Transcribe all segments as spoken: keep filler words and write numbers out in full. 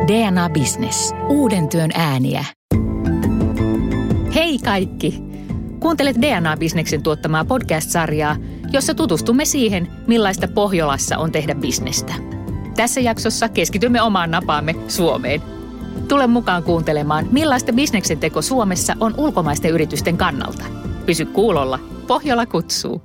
D N A Business. Uuden työn ääniä. Hei kaikki! Kuuntelet D N A Businessin tuottamaa podcast-sarjaa, jossa tutustumme siihen, millaista Pohjolassa on tehdä bisnestä. Tässä jaksossa keskitymme omaan napaamme Suomeen. Tule mukaan kuuntelemaan, millaista bisneksen teko Suomessa on ulkomaisten yritysten kannalta. Pysy kuulolla. Pohjola kutsuu.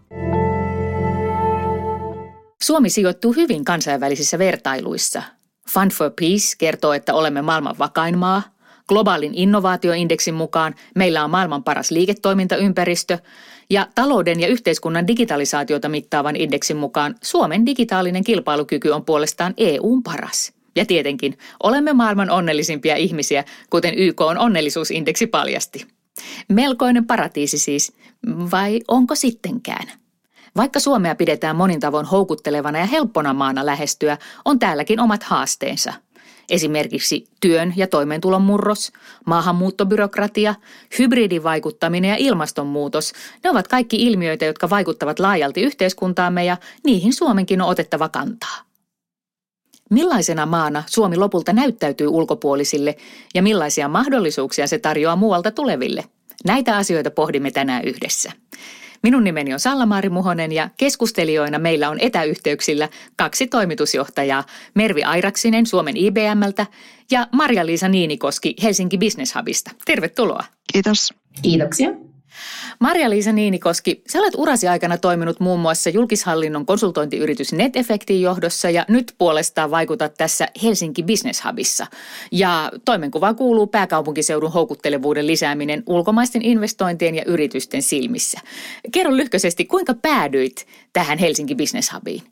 Suomi sijoittuu hyvin kansainvälisissä vertailuissa. Fund for Peace kertoo, että olemme maailman vakain maa. Globaalin innovaatioindeksin mukaan meillä on maailman paras liiketoimintaympäristö. Ja talouden ja yhteiskunnan digitalisaatiota mittaavan indeksin mukaan Suomen digitaalinen kilpailukyky on puolestaan E U:n paras. Ja tietenkin olemme maailman onnellisimpia ihmisiä, kuten Y K:n onnellisuusindeksi paljasti. Melkoinen paratiisi siis, vai onko sittenkään? Vaikka Suomea pidetään monin tavoin houkuttelevana ja helppona maana lähestyä, on täälläkin omat haasteensa. Esimerkiksi työn ja toimeentulon murros, maahanmuuttobyrokratia, hybridivaikuttaminen ja ilmastonmuutos. Ne ovat kaikki ilmiöitä, jotka vaikuttavat laajalti yhteiskuntaamme ja niihin Suomenkin on otettava kantaa. Millaisena maana Suomi lopulta näyttäytyy ulkopuolisille ja millaisia mahdollisuuksia se tarjoaa muualta tuleville? Näitä asioita pohdimme tänään yhdessä. Minun nimeni on Salla-Maari Muhonen ja keskustelijoina meillä on etäyhteyksillä kaksi toimitusjohtajaa, Mervi Airaksinen Suomen I B M:ltä ja Marja-Liisa Niinikoski Helsinki Business Hubista. Tervetuloa. Kiitos. Kiitoksia. Marja-Liisa Niinikoski, sä olet urasi aikana toiminut muun muassa julkishallinnon konsultointiyritys NetEffectin johdossa ja nyt puolestaan vaikutat tässä Helsinki Business Hubissa. Ja toimenkuvaan kuuluu pääkaupunkiseudun houkuttelevuuden lisääminen ulkomaisten investointien ja yritysten silmissä. Kerro lyhkäisesti, kuinka päädyit tähän Helsinki Business Hubiin?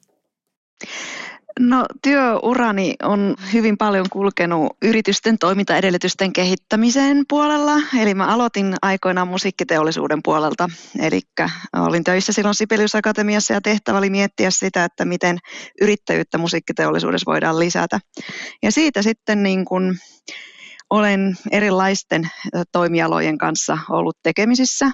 No työurani on hyvin paljon kulkenut yritysten toimintaedellytysten kehittämiseen puolella. Eli mä aloitin aikoinaan musiikkiteollisuuden puolelta. Eli olin töissä silloin Sibelius Akatemiassa ja tehtävä oli miettiä sitä, että miten yrittäjyyttä musiikkiteollisuudessa voidaan lisätä. Ja siitä sitten niin kun olen erilaisten toimialojen kanssa ollut tekemisissä.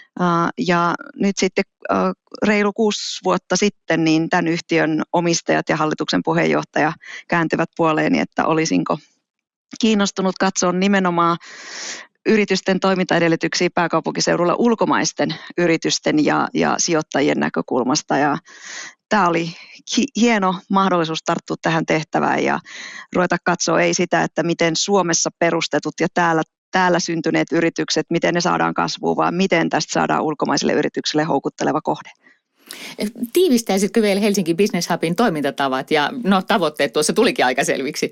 Ja nyt sitten reilu kuusi vuotta sitten niin tämän yhtiön omistajat ja hallituksen puheenjohtaja kääntyvät puoleeni, että olisinko kiinnostunut katsoa nimenomaan yritysten toimintaedellytyksiä pääkaupunkiseudulla ulkomaisten yritysten ja, ja sijoittajien näkökulmasta. Ja tämä oli hieno mahdollisuus tarttua tähän tehtävään ja ruveta katsoa ei sitä, että miten Suomessa perustetut ja täällä täällä syntyneet yritykset, miten ne saadaan kasvuun, vaan miten tästä saadaan ulkomaisille yrityksille houkutteleva kohde. Tiivistäisitkö vielä Helsinki Business Hubin toimintatavat ja no, tavoitteet tuossa tulikin aika selviksi?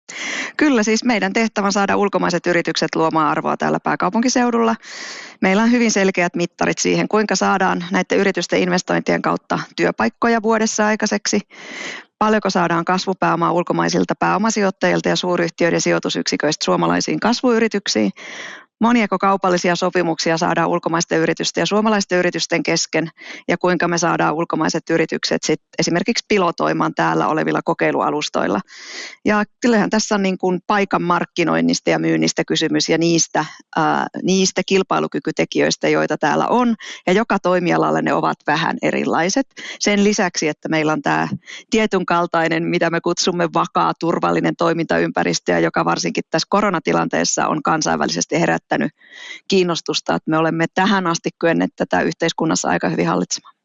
Kyllä, siis meidän tehtävä on saada ulkomaiset yritykset luomaan arvoa täällä pääkaupunkiseudulla. Meillä on hyvin selkeät mittarit siihen, kuinka saadaan näiden yritysten investointien kautta työpaikkoja vuodessa aikaiseksi. Paljonko saadaan kasvupääomaa ulkomaisilta pääomasijoittajilta ja suuryhtiöiden sijoitusyksiköistä suomalaisiin kasvuyrityksiin. Moniako kaupallisia sopimuksia saadaan ulkomaisten yritysten ja suomalaisten yritysten kesken ja kuinka me saadaan ulkomaiset yritykset sit esimerkiksi pilotoimaan täällä olevilla kokeilualustoilla. Ja kyllähän tässä on niin kuin paikan markkinoinnista ja myynnistä kysymys ja niistä, ää, niistä kilpailukykytekijöistä, joita täällä on ja joka toimialalla ne ovat vähän erilaiset. Sen lisäksi, että meillä on tämä tietyn kaltainen, mitä me kutsumme vakaa, turvallinen toimintaympäristö, joka varsinkin tässä koronatilanteessa on kansainvälisesti herättänyt kiinnostusta, että me olemme tähän asti kyenneet tätä yhteiskunnassa aika hyvin hallitsemaan.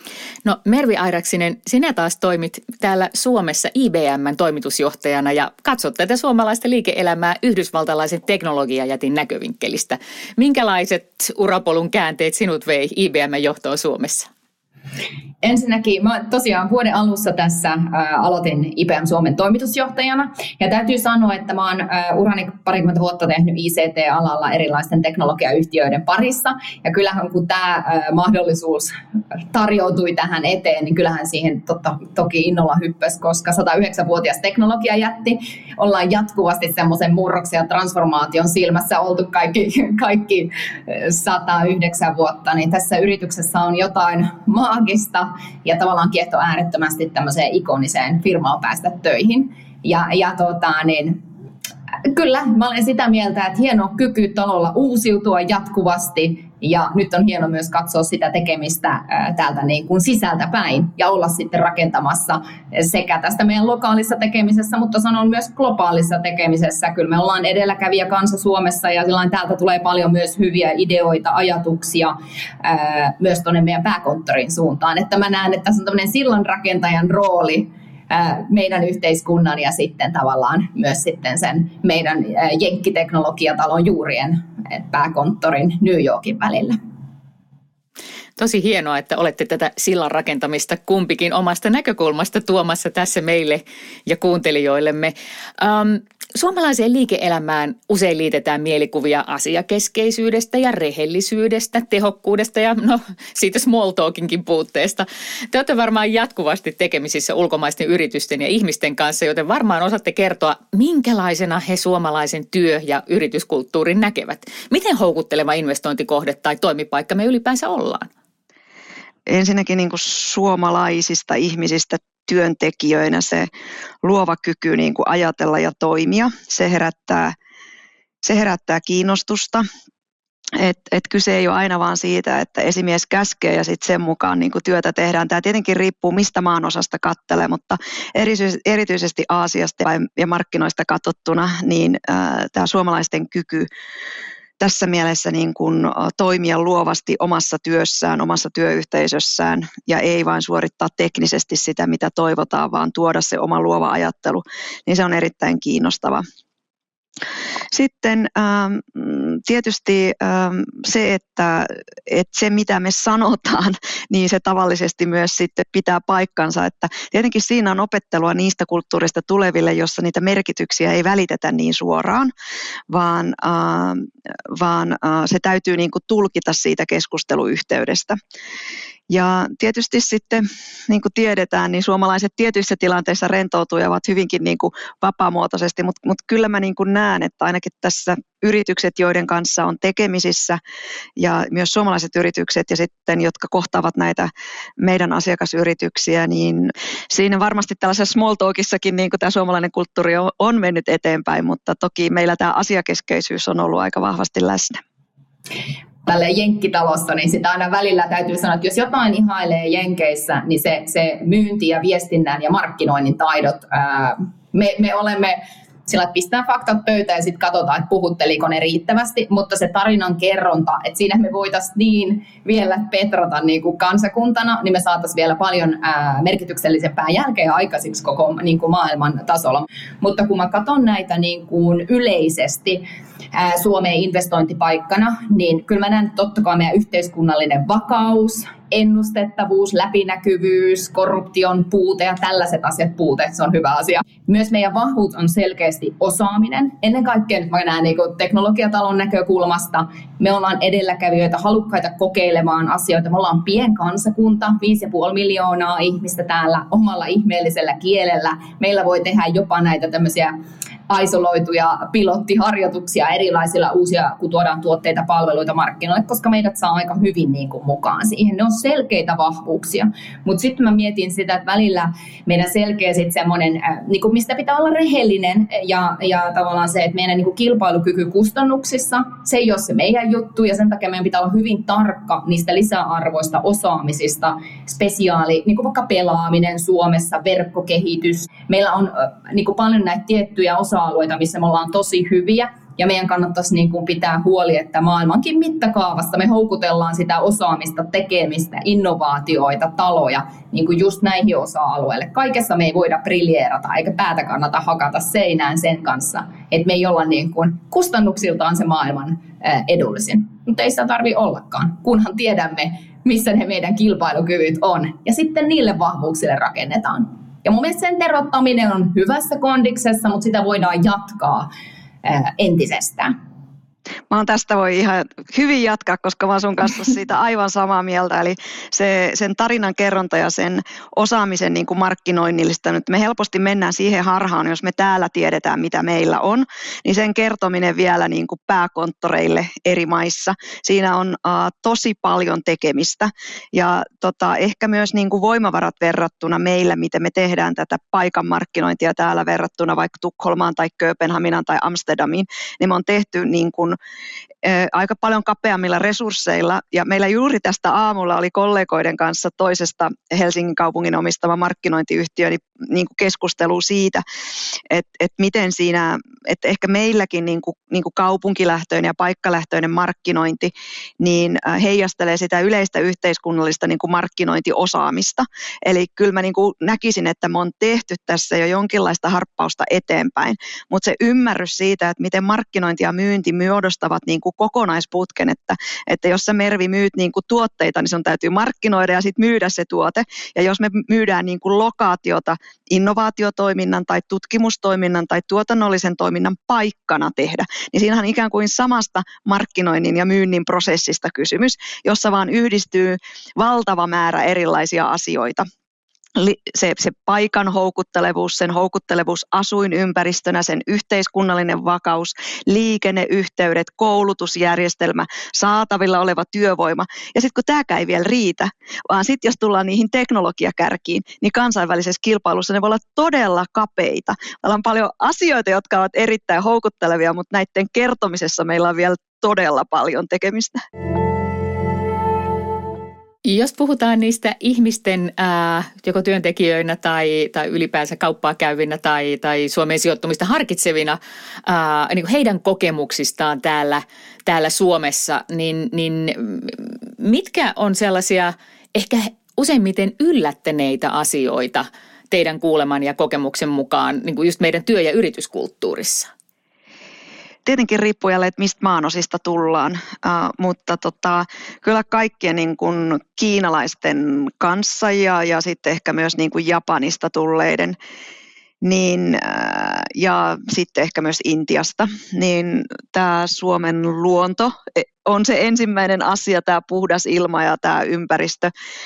No Mervi Airaksinen, sinä taas toimit täällä Suomessa I B M:n toimitusjohtajana ja katsot tätä suomalaista liike-elämää yhdysvaltalaisen teknologiajätin näkövinkkelistä. Minkälaiset urapolun käänteet sinut vei I B M:n johtoon Suomessa? Ensinnäkin mä tosiaan vuoden alussa tässä ää, aloitin I B M Suomen toimitusjohtajana ja täytyy sanoa, että mä oon ää, urani parikymmentä vuotta tehnyt I C T-alalla erilaisten teknologiayhtiöiden parissa ja kyllähän kun tämä mahdollisuus tarjoutui tähän eteen, niin kyllähän siihen totta, toki innolla hyppäsi, koska sata yhdeksän-vuotias teknologiajätti ollaan jatkuvasti semmoisen murroksen ja transformaation silmässä oltu kaikki, kaikki sata yhdeksän vuotta, niin tässä yrityksessä on jotain maagista ja tavallaan kiehtoo äärettömästi tämmöiseen ikoniseen firmaan päästä töihin. Ja, ja tota, niin, kyllä, mä olen sitä mieltä, että hieno kyky talolla uusiutua jatkuvasti, Ja nyt on hieno myös katsoa sitä tekemistä täältä niin kuin sisältä päin ja olla sitten rakentamassa sekä tästä meidän lokaalissa tekemisessä, mutta sanon myös globaalissa tekemisessä. Kyllä me ollaan edelläkävijä kansa Suomessa ja sillain täältä tulee paljon myös hyviä ideoita, ajatuksia ää, myös tuonne meidän pääkonttorin suuntaan. Että mä näen, että tässä on tämmöinen sillanrakentajan rooli ää, meidän yhteiskunnan ja sitten tavallaan myös sitten sen meidän ää, jenkkiteknologiatalon juurien pääkonttorin New Yorkin välillä. Tosi hienoa, että olette tätä sillan rakentamista kumpikin omasta näkökulmasta tuomassa tässä meille ja kuuntelijoillemme. Um, Suomalaiseen liike-elämään usein liitetään mielikuvia asiakeskeisyydestä ja rehellisyydestä, tehokkuudesta ja no siitä small talkinkin puutteesta. Te olette varmaan jatkuvasti tekemisissä ulkomaisten yritysten ja ihmisten kanssa, joten varmaan osaatte kertoa, minkälaisena he suomalaisen työ- ja yrityskulttuurin näkevät. Miten houkutteleva investointikohde tai toimipaikka me ylipäänsä ollaan? Ensinnäkin niin kuin suomalaisista ihmisistä työntekijöinä se luova kyky niin kuin ajatella ja toimia, se herättää, se herättää kiinnostusta. Et, et kyse ei ole aina vaan siitä, että esimies käskee ja sitten sen mukaan niin kuin työtä tehdään. Tämä tietenkin riippuu mistä maanosasta katselee, mutta erityisesti Aasiasta ja markkinoista katsottuna, niin äh, tämä suomalaisten kyky tässä mielessä niin kuin toimia luovasti omassa työssään, omassa työyhteisössään ja ei vain suorittaa teknisesti sitä, mitä toivotaan, vaan tuoda se oma luova ajattelu, niin se on erittäin kiinnostava. Sitten ähm, tietysti ähm, se, että, että se mitä me sanotaan, niin se tavallisesti myös sitten pitää paikkansa, että tietenkin siinä on opettelua niistä kulttuurista tuleville, jossa niitä merkityksiä ei välitetä niin suoraan, vaan, äh, vaan äh, se täytyy niin kuin tulkita siitä keskusteluyhteydestä. Ja tietysti sitten, niin kuin tiedetään, niin suomalaiset tietyissä tilanteissa rentoutuu ja ovat hyvinkin niin kuin vapaamuotoisesti, mutta, mutta kyllä mä niin kuin näen, että ainakin tässä yritykset, joiden kanssa on tekemisissä ja myös suomalaiset yritykset ja sitten, jotka kohtaavat näitä meidän asiakasyrityksiä, niin siinä varmasti tällaisessa small talkissakin niin kuin tämä suomalainen kulttuuri on, on mennyt eteenpäin, mutta toki meillä tämä asiakeskeisyys on ollut aika vahvasti läsnä. Tälleen jenkkitalossa, niin sitä aina välillä täytyy sanoa, että jos jotain ihailee Jenkeissä, niin se, se myynti ja viestinnän ja markkinoinnin taidot, ää, me, me olemme sillä, että pistää faktat pöytään ja sitten katsotaan, että puhutteliko ne riittävästi, mutta se tarinan kerronta, että siinä me voitaisiin niin vielä petrata niin kuin kansakuntana, niin me saataisiin vielä paljon ää, merkityksellisempää jälkeä aikaisiksi koko niin kuin maailman tasolla. Mutta kun mä katson näitä niin kuin yleisesti ää, Suomeen investointipaikkana, niin kyllä mä näen, että totta kai meidän yhteiskunnallinen vakaus, ennustettavuus, läpinäkyvyys, korruption puute ja tällaiset asiat puute, se on hyvä asia. Myös meidän vahvuus on selkeästi osaaminen. Ennen kaikkea nyt mä näen niin kuin teknologiatalon näkökulmasta. Me ollaan edelläkävijöitä, halukkaita kokeilemaan asioita. Me ollaan pienkansakunta, viisi pilkku viisi miljoonaa ihmistä täällä omalla ihmeellisellä kielellä. Meillä voi tehdä jopa näitä tämmöisiä isoloituja pilottiharjoituksia erilaisilla uusia, kun tuodaan tuotteita, palveluita markkinoille, koska meidät saa aika hyvin niin kuin mukaan siihen. Ne on selkeitä vahvuuksia, mutta sitten mä mietin sitä, että välillä meidän selkeä sitten semmoinen, äh, niin kuin mistä pitää olla rehellinen ja, ja tavallaan se, että meidän niin kuin kilpailukyky kustannuksissa, se ei ole se meidän juttu ja sen takia meidän pitää olla hyvin tarkka niistä lisäarvoista, osaamisista, spesiaali, niin kuin vaikka pelaaminen Suomessa, verkkokehitys. Meillä on äh, niin kuin paljon näitä tiettyjä osa alueita, missä me ollaan tosi hyviä ja meidän kannattaisi niin kuin pitää huoli, että maailmankin mittakaavassa me houkutellaan sitä osaamista, tekemistä, innovaatioita, taloja niin kuin just näihin osa-alueille. Kaikessa me ei voida briljeerata eikä päätä kannata hakata seinään sen kanssa, että me ei olla niin kuin kustannuksiltaan se maailman edullisin. Mutta ei sitä tarvitse ollakaan, kunhan tiedämme, missä ne meidän kilpailukyvyt on ja sitten niille vahvuuksille rakennetaan. Ja mun mielestä sen terottaminen on hyvässä kondiksessa, mutta sitä voidaan jatkaa ää, entisestään. Mä oon tästä voi ihan hyvin jatkaa, koska mä oon sun kanssa siitä aivan samaa mieltä. Eli se, sen tarinan kerronta ja sen osaamisen niin kuin markkinoinnillista. Nyt me helposti mennään siihen harhaan, jos me täällä tiedetään, mitä meillä on, niin sen kertominen vielä niin kuin pääkonttoreille eri maissa. Siinä on uh, tosi paljon tekemistä ja tota, ehkä myös niin kuin voimavarat verrattuna meillä, miten me tehdään tätä paikan markkinointia täällä verrattuna vaikka Tukholmaan tai Kööpenhaminaan tai Amsterdamiin, niin me on tehty niin kuin kuin aika paljon kapeammilla resursseilla. Ja meillä juuri tästä aamulla oli kollegoiden kanssa toisesta Helsingin kaupungin omistama markkinointiyhtiö niin, niin kuin keskustelu siitä, että, että miten siinä, että ehkä meilläkin niin kuin, niin kuin kaupunkilähtöinen ja paikkalähtöinen markkinointi niin heijastelee sitä yleistä yhteiskunnallista niin kuin markkinointiosaamista. Eli kyllä mä niin kuin näkisin, että me on tehty tässä jo jonkinlaista harppausta eteenpäin, mutta se ymmärrys siitä, että miten markkinointi ja myynti muodostavat niin kuin kokonaisputken, että, että jos sä Mervi myyt niin kuin tuotteita, niin sun täytyy markkinoida ja sitten myydä se tuote. Ja jos me myydään niin kuin lokaatiota innovaatiotoiminnan tai tutkimustoiminnan tai tuotannollisen toiminnan paikkana tehdä, niin siinä on ikään kuin samasta markkinoinnin ja myynnin prosessista kysymys, jossa vaan yhdistyy valtava määrä erilaisia asioita. Se, se paikan houkuttelevuus, sen houkuttelevuus asuinympäristönä, sen yhteiskunnallinen vakaus, liikenneyhteydet, koulutusjärjestelmä, saatavilla oleva työvoima. Ja sitten kun tämäkään ei vielä riitä, vaan sitten jos tullaan niihin teknologiakärkiin, niin kansainvälisessä kilpailussa ne voi olla todella kapeita. Meillä on paljon asioita, jotka ovat erittäin houkuttelevia, mutta näiden kertomisessa meillä on vielä todella paljon tekemistä. Jos puhutaan niistä ihmisten ää, joko työntekijöinä tai, tai ylipäänsä kauppaa käyvinä tai, tai Suomeen sijoittumista harkitsevina, ää, niin kuin heidän kokemuksistaan täällä, täällä Suomessa, niin, niin mitkä on sellaisia ehkä useimmiten yllättäneitä asioita teidän kuuleman ja kokemuksen mukaan niin kuin just meidän työ- ja yrityskulttuurissa? Tietenkin riippuu jälleen, että mistä maanosista tullaan, uh, mutta tota, kyllä kaikkien niin kuin kiinalaisten kanssa ja, ja sitten ehkä myös niin kuin Japanista tulleiden niin, uh, ja sitten ehkä myös Intiasta, niin tämä Suomen luonto on se ensimmäinen asia, tämä puhdas ilma ja tämä ympäristö,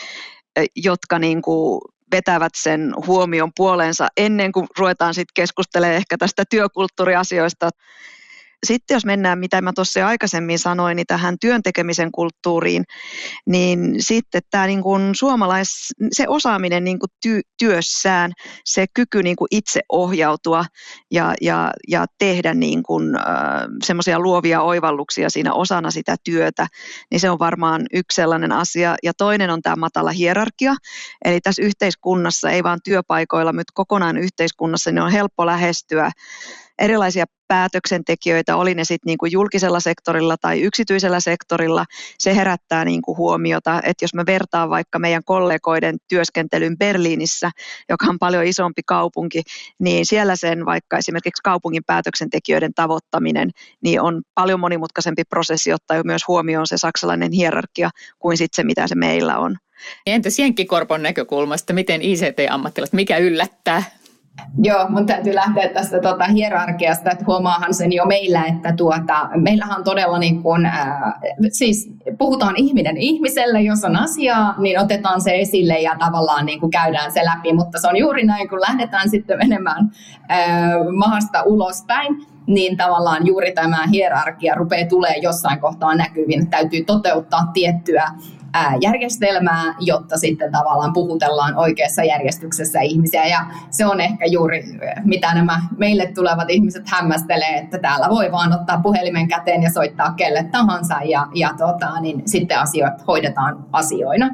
jotka niin kuin vetävät sen huomion puoleensa ennen kuin ruvetaan sitten keskustelemaan ehkä tästä työkulttuuriasioista. Sitten jos mennään, mitä mä tuossa jo aikaisemmin sanoin, niin tähän työntekemisen kulttuuriin, niin sitten tämä niin kuin suomalais, se osaaminen niin kuin ty, työssään, se kyky niin kuin itse ohjautua ja, ja, ja tehdä niin kuin, äh, semmoisia luovia oivalluksia siinä osana sitä työtä, niin se on varmaan yksi sellainen asia. Ja toinen on tämä matala hierarkia, eli tässä yhteiskunnassa, ei vaan työpaikoilla, mutta kokonaan yhteiskunnassa, niin on helppo lähestyä erilaisia päätöksentekijöitä, oli ne sitten niinku julkisella sektorilla tai yksityisellä sektorilla, se herättää niinku huomiota, että jos mä vertaan vaikka meidän kollegoiden työskentelyn Berliinissä, joka on paljon isompi kaupunki, niin siellä sen vaikka esimerkiksi kaupungin päätöksentekijöiden tavoittaminen niin on paljon monimutkaisempi prosessi, ottaa myös huomioon se saksalainen hierarkia kuin sitten se, mitä se meillä on. Entäs Jenkkikorpon näkökulmasta, miten I C T-ammattilaiset, mikä yllättää? Joo, mun täytyy lähteä tästä tuota hierarkiasta, että huomaahan sen jo meillä, että tuota, meillähän on todella niin kuin, äh, siis puhutaan ihminen ihmiselle, jos on asiaa, niin otetaan se esille ja tavallaan niin kuin käydään se läpi, mutta se on juuri näin, kun lähdetään sitten menemään äh, mahasta ulospäin, niin tavallaan juuri tämä hierarkia rupeaa tulee jossain kohtaa näkyviin, täytyy toteuttaa tiettyä järjestelmää, jotta sitten tavallaan puhutellaan oikeassa järjestyksessä ihmisiä. Ja se on ehkä juuri, mitä nämä meille tulevat ihmiset hämmästelee, että täällä voi vaan ottaa puhelimen käteen ja soittaa kelle tahansa, ja, ja tota, niin sitten asiat hoidetaan asioina.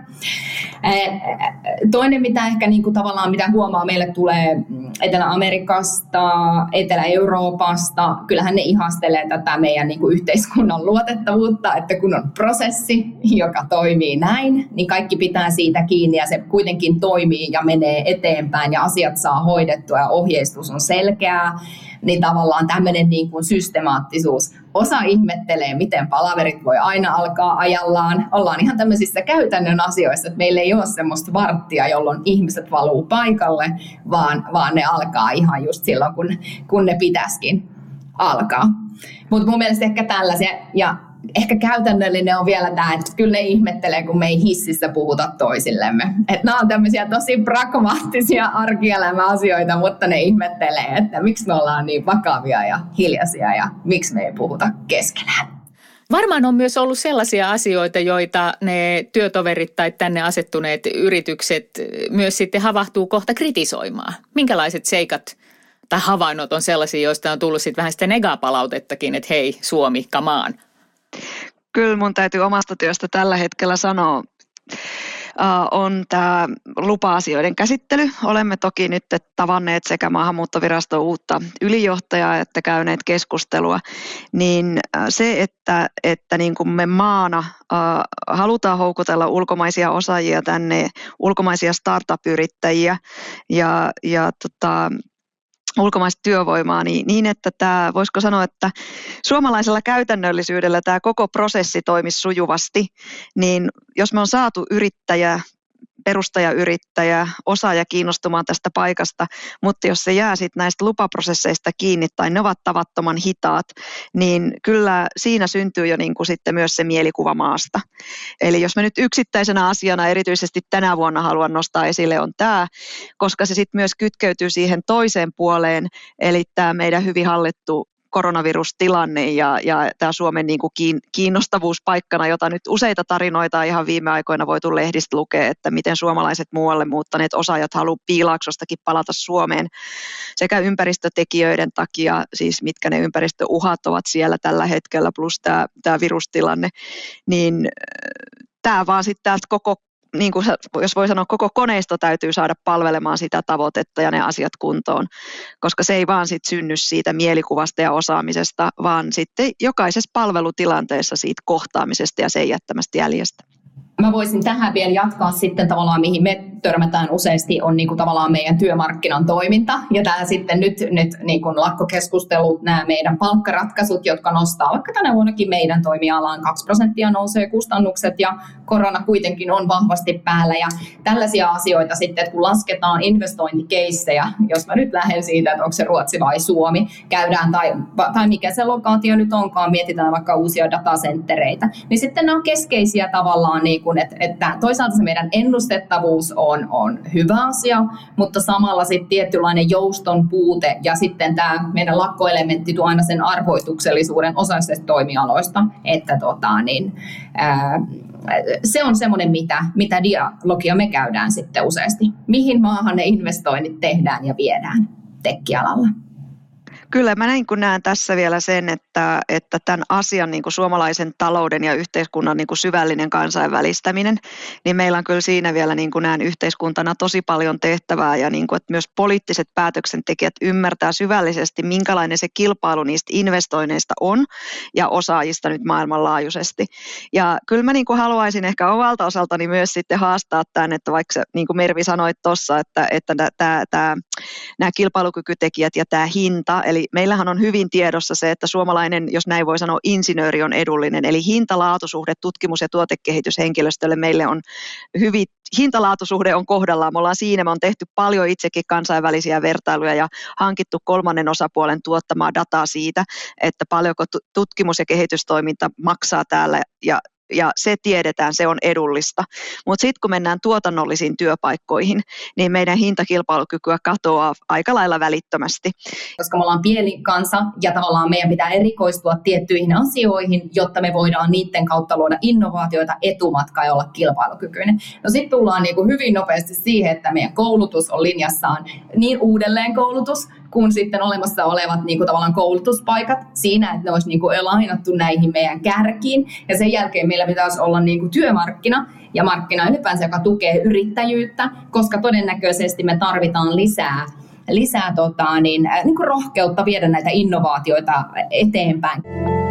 Toinen, mitä ehkä niin kuin tavallaan, mitä huomaa, meille tulee Etelä-Amerikasta, Etelä-Euroopasta, kyllähän ne ihastelee tätä meidän niin kuin yhteiskunnan luotettavuutta, että kun on prosessi, joka toimii näin, niin kaikki pitää siitä kiinni ja se kuitenkin toimii ja menee eteenpäin ja asiat saa hoidettua ja ohjeistus on selkeää, niin tavallaan tämmöinen niin kuin systemaattisuus. Osa ihmettelee, miten palaverit voi aina alkaa ajallaan. Ollaan ihan tämmöisissä käytännön asioissa, että meillä ei ole semmoista varttia, jolloin ihmiset valuu paikalle, vaan, vaan ne alkaa ihan just silloin, kun, kun ne pitäisikin alkaa. Mutta mun mielestä ehkä tällaisia, ja ehkä käytännöllinen on vielä tämä, että kyllä ne ihmettelee, kun me ei hississä puhuta toisillemme. Että nämä on tämmöisiä tosi pragmaattisia arkielämäasioita, mutta ne ihmettelee, että miksi me ollaan niin vakavia ja hiljaisia ja miksi me ei puhuta keskenään. Varmaan on myös ollut sellaisia asioita, joita ne työtoverit tai tänne asettuneet yritykset myös sitten havahtuu kohta kritisoimaan. Minkälaiset seikat tai havainnot on sellaisia, joista on tullut sitten vähän sitä negapalautettakin, että hei Suomi, come on. Kyllä mun täytyy omasta työstä tällä hetkellä sanoa, on tämä lupa-asioiden käsittely. Olemme toki nyt tavanneet sekä Maahanmuuttoviraston uutta ylijohtajaa että käyneet keskustelua. Niin se, että, että niin kuin me maana halutaan houkutella ulkomaisia osaajia tänne, ulkomaisia startup-yrittäjiä ja, ja tota, ulkomaista työvoimaa, niin, niin että tämä, voisiko sanoa, että suomalaisella käytännöllisyydellä tämä koko prosessi toimisi sujuvasti, niin jos me on saatu yrittäjä, perustajayrittäjä, osaaja kiinnostumaan tästä paikasta, mutta jos se jää sitten näistä lupaprosesseista kiinni tai ne ovat tavattoman hitaat, niin kyllä siinä syntyy jo niin kuin sitten myös se mielikuva maasta. Eli jos mä nyt yksittäisenä asiana erityisesti tänä vuonna haluan nostaa esille on tämä, koska se sitten myös kytkeytyy siihen toiseen puoleen, eli tämä meidän hyvin hallittu koronavirustilanne ja, ja tämä Suomen niin kuin kiinnostavuus paikkana, jota nyt useita tarinoita on ihan viime aikoina voitu lehdistä lukea, että miten suomalaiset muualle muuttaneet osaajat haluaa Piilaaksostakin palata Suomeen sekä ympäristötekijöiden takia, siis mitkä ne ympäristöuhat ovat siellä tällä hetkellä, plus tämä, tämä virustilanne, niin tämä vaan sitten täältä koko niin kuin jos voi sanoa, koko koneisto täytyy saada palvelemaan sitä tavoitetta ja ne asiat kuntoon, koska se ei vaan sit synny siitä mielikuvasta ja osaamisesta, vaan sitten jokaisessa palvelutilanteessa siitä kohtaamisesta ja sen jättämästä jäljestä. Mä voisin tähän vielä jatkaa sitten tavallaan, mihin me törmätään useasti, on niin kuin tavallaan meidän työmarkkinan toiminta. Ja tämä sitten nyt, nyt niin kuin lakkokeskustelut, nämä meidän palkkaratkaisut, jotka nostaa vaikka tänä vuonnakin meidän toimialaan kaksi prosenttia nousee kustannukset ja korona kuitenkin on vahvasti päällä. Ja tällaisia asioita sitten, että kun lasketaan investointikeissejä, jos mä nyt lähden siitä, että onko se Ruotsi vai Suomi, käydään tai, tai mikä se lokaatio nyt onkaan, mietitään vaikka uusia datacenttereitä, niin sitten nämä on keskeisiä tavallaan niin kuin, että, että toisaalta se meidän ennustettavuus on, on hyvä asia, mutta samalla sitten tietynlainen jouston puute ja sitten tämä meidän lakkoelementti tuo aina sen arvoituksellisuuden osaisesta toimialoista, että tota, niin, ää, se on semmoinen, mitä, mitä dialogia me käydään sitten useasti. Mihin maahan ne investoinnit tehdään ja viedään tekkialalla? Kyllä mä näin, kun näen tässä vielä sen, että, että tämän asian niin kuin suomalaisen talouden ja yhteiskunnan niin kuin syvällinen kansainvälistäminen, niin meillä on kyllä siinä vielä niin kuin näen yhteiskuntana tosi paljon tehtävää ja niin kuin, että myös poliittiset päätöksentekijät ymmärtää syvällisesti, minkälainen se kilpailu niistä investoinneista on ja osaajista nyt maailmanlaajuisesti. Ja kyllä mä niin kuin haluaisin ehkä omalta osaltani myös sitten haastaa tämän, että vaikka niin kuin Mervi sanoit tuossa, että, että tämä, tämä, nämä kilpailukykytekijät ja tämä hinta, eli meillähän on hyvin tiedossa se, että suomalainen, jos näin voi sanoa, insinööri on edullinen. Eli hinta-laatusuhde tutkimus- ja tuotekehityshenkilöstölle meille on hyvin, hinta-laatusuhde on kohdallaan. Me ollaan siinä, me on tehty paljon itsekin kansainvälisiä vertailuja ja hankittu kolmannen osapuolen tuottamaa dataa siitä, että paljonko tutkimus- ja kehitystoiminta maksaa täällä ja Ja se tiedetään, se on edullista. Mutta sitten kun mennään tuotannollisiin työpaikkoihin, niin meidän hintakilpailukykyä katoaa aika lailla välittömästi. Koska me ollaan pieni kansa ja tavallaan meidän pitää erikoistua tiettyihin asioihin, jotta me voidaan niiden kautta luoda innovaatioita, etumatkaa ja olla kilpailukykyinen. No sitten tullaan niinku hyvin nopeasti siihen, että meidän koulutus on linjassaan niin uudelleenkoulutus, kun sitten olemassa olevat niin kuin tavallaan koulutuspaikat siinä, että ne olisi niin kuin lainattu näihin meidän kärkiin. Ja sen jälkeen meillä pitäisi olla niin kuin työmarkkina ja markkina ylipäänsä, joka tukee yrittäjyyttä, koska todennäköisesti me tarvitaan lisää, lisää tota, niin, niin kuin rohkeutta viedä näitä innovaatioita eteenpäin.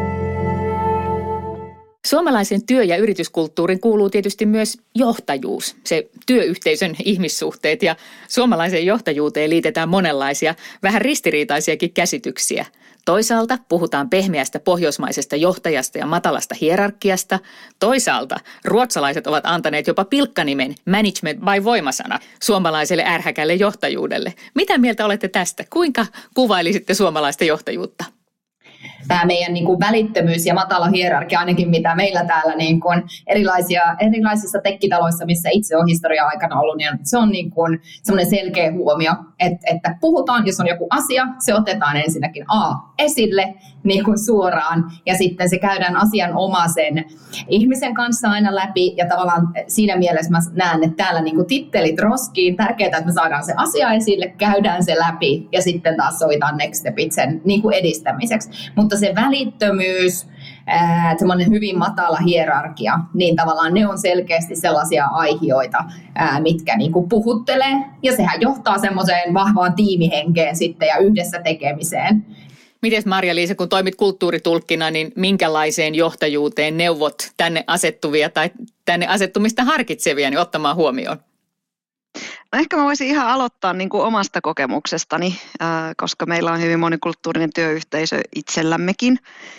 Suomalaisen työ- ja yrityskulttuurin kuuluu tietysti myös johtajuus, se työyhteisön ihmissuhteet, ja suomalaiseen johtajuuteen liitetään monenlaisia, vähän ristiriitaisiakin käsityksiä. Toisaalta puhutaan pehmeästä pohjoismaisesta johtajasta ja matalasta hierarkiasta. Toisaalta ruotsalaiset ovat antaneet jopa pilkkanimen management by voimasana suomalaiselle ärhäkälle johtajuudelle. Mitä mieltä olette tästä? Kuinka kuvailisitte suomalaista johtajuutta? tämä meidän niin kuin välittömyys ja matala hierarkia, ainakin mitä meillä täällä niin kuin erilaisia, erilaisissa tekkitaloissa, missä itse on historia-aikana ollut, niin se on niin kuin semmoinen selkeä huomio, että, että puhutaan, jos on joku asia, se otetaan ensinnäkin A esille niin kuin suoraan, ja sitten se käydään asianomaisen ihmisen kanssa aina läpi, ja tavallaan siinä mielessä mä näen, että täällä niin kuin tittelit roskiin, tärkeää, että me saadaan se asia esille, käydään se läpi, ja sitten taas sovitaan next stepit sen niin kuin edistämiseksi. Mutta se välittömyys, ää, semmoinen hyvin matala hierarkia, niin tavallaan ne on selkeästi sellaisia aihioita, ää, mitkä niin kuin puhuttelee, ja sehän johtaa semmoiseen vahvaan tiimihenkeen sitten ja yhdessä tekemiseen. Miten Marja-Liisa, kun toimit kulttuuritulkkina, niin minkälaiseen johtajuuteen neuvot tänne asettuvia tai tänne asettumista harkitsevia niin ottamaan huomioon? No ehkä mä voisin ihan aloittaa niin kuin omasta kokemuksestani, äh, koska meillä on hyvin monikulttuurinen työyhteisö itsellämmekin,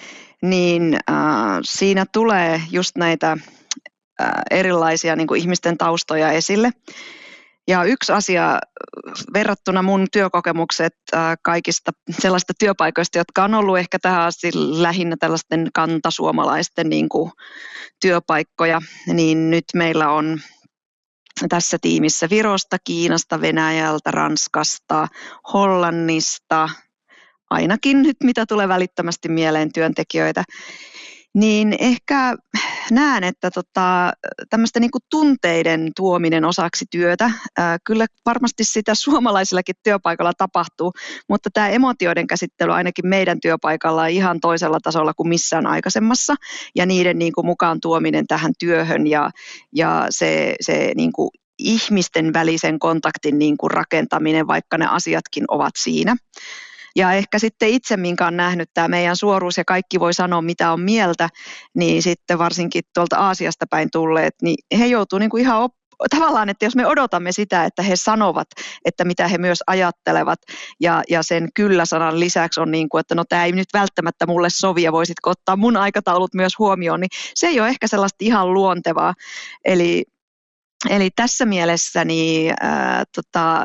niin äh, siinä tulee just näitä äh, erilaisia niin kuin ihmisten taustoja esille. Ja yksi asia verrattuna mun työkokemukset äh, kaikista sellaista työpaikoista, jotka on ollut ehkä tähän asti lähinnä tällaisten kantasuomalaisten niin kuin työpaikkoja, niin nyt meillä on tässä tiimissä Virosta, Kiinasta, Venäjältä, Ranskasta, Hollannista, ainakin nyt mitä tulee välittömästi mieleen työntekijöitä, niin ehkä näen, että tota, tämmöistä niinku tunteiden tuominen osaksi työtä, ää, kyllä varmasti sitä suomalaisillakin työpaikalla tapahtuu, mutta tämä emotioiden käsittely ainakin meidän työpaikalla on ihan toisella tasolla kuin missään aikaisemmassa, ja niiden niinku mukaan tuominen tähän työhön ja, ja se, se niinku ihmisten välisen kontaktin niinku rakentaminen, vaikka ne asiatkin ovat siinä. Ja ehkä sitten itse, minkä on nähnyt tämä meidän suoruus ja kaikki voi sanoa, mitä on mieltä, niin sitten varsinkin tuolta Aasiasta päin tulleet, niin he joutuu niin kuin ihan op- tavallaan, että jos me odotamme sitä, että he sanovat, että mitä he myös ajattelevat, ja, ja sen kyllä-sanan lisäksi on niin kuin, että no tämä ei nyt välttämättä mulle sovi, ja voisitko ottaa mun aikataulut myös huomioon, niin se ei ole ehkä sellaista ihan luontevaa. Eli, eli tässä mielessä niin, ää, tota,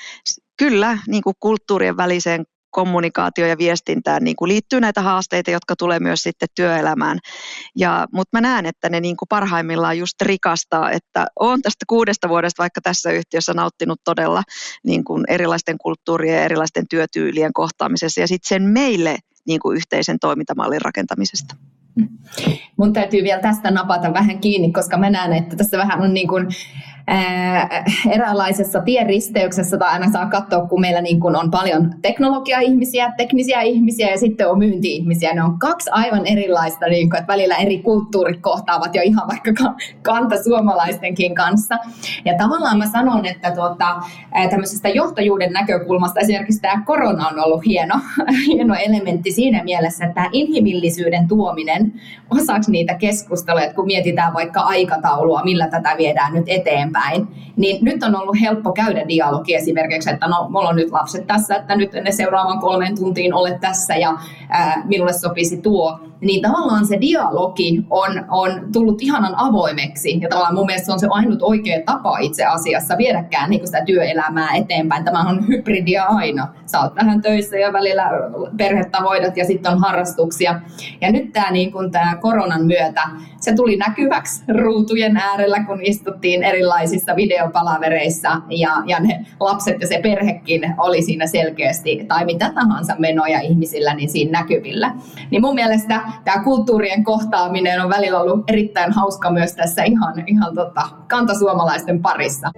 kyllä niin kuin kulttuurien väliseen kommunikaatio ja viestintään niin kuin liittyy näitä haasteita, jotka tulee myös sitten työelämään. Ja, mutta mä näen, että ne niin kuin parhaimmillaan just rikastaa, että olen tästä kuudesta vuodesta vaikka tässä yhtiössä nauttinut todella niin kuin erilaisten kulttuurien ja erilaisten työtyylien kohtaamisessa ja sitten sen meille niin kuin yhteisen toimintamallin rakentamisesta. Mun täytyy vielä tästä napata vähän kiinni, koska mä näen, että tässä vähän on niin kuin Ää, eräänlaisessa tienristeyksessä, tai aina saa katsoa, kun meillä niin kuin on paljon teknologia-ihmisiä, teknisiä ihmisiä ja sitten on myynti-ihmisiä. Ne on kaksi aivan erilaista, niin kuin, että välillä eri kulttuurit kohtaavat jo ihan vaikka kanta suomalaistenkin kanssa. Ja tavallaan mä sanon, että tuota, tämmöisestä johtajuuden näkökulmasta esimerkiksi tämä korona on ollut hieno, hieno elementti siinä mielessä, että tämä inhimillisyyden tuominen osaksi niitä keskusteluja, että kun mietitään vaikka aikataulua, millä tätä viedään nyt eteenpäin, niin nyt on ollut helppo käydä dialogi esimerkiksi, että no, mulla on nyt lapset tässä, että nyt ne seuraavan kolmeen tuntiin olet tässä ja ää, minulle sopisi tuo. Niin tavallaan se dialogi on, on tullut ihanan avoimeksi ja tavallaan mun mielestä se on se ainut oikea tapa itse asiassa viedäkään niin sitä työelämää eteenpäin. Tämä on hybridia aina. Sä oot vähän töissä ja välillä perhettä hoidat ja sitten on harrastuksia. Ja nyt tämä niin kun tää koronan myötä, se tuli näkyväksi ruutujen äärellä, kun istuttiin erilaisissa videopalavereissa ja, ja ne lapset ja se perhekin oli siinä selkeästi, tai mitä tahansa menoja ihmisillä, niin siinä näkyvillä. Niin mun mielestä tämä kulttuurien kohtaaminen on välillä ollut erittäin hauska myös tässä ihan, ihan tota, kantasuomalaisten parissa.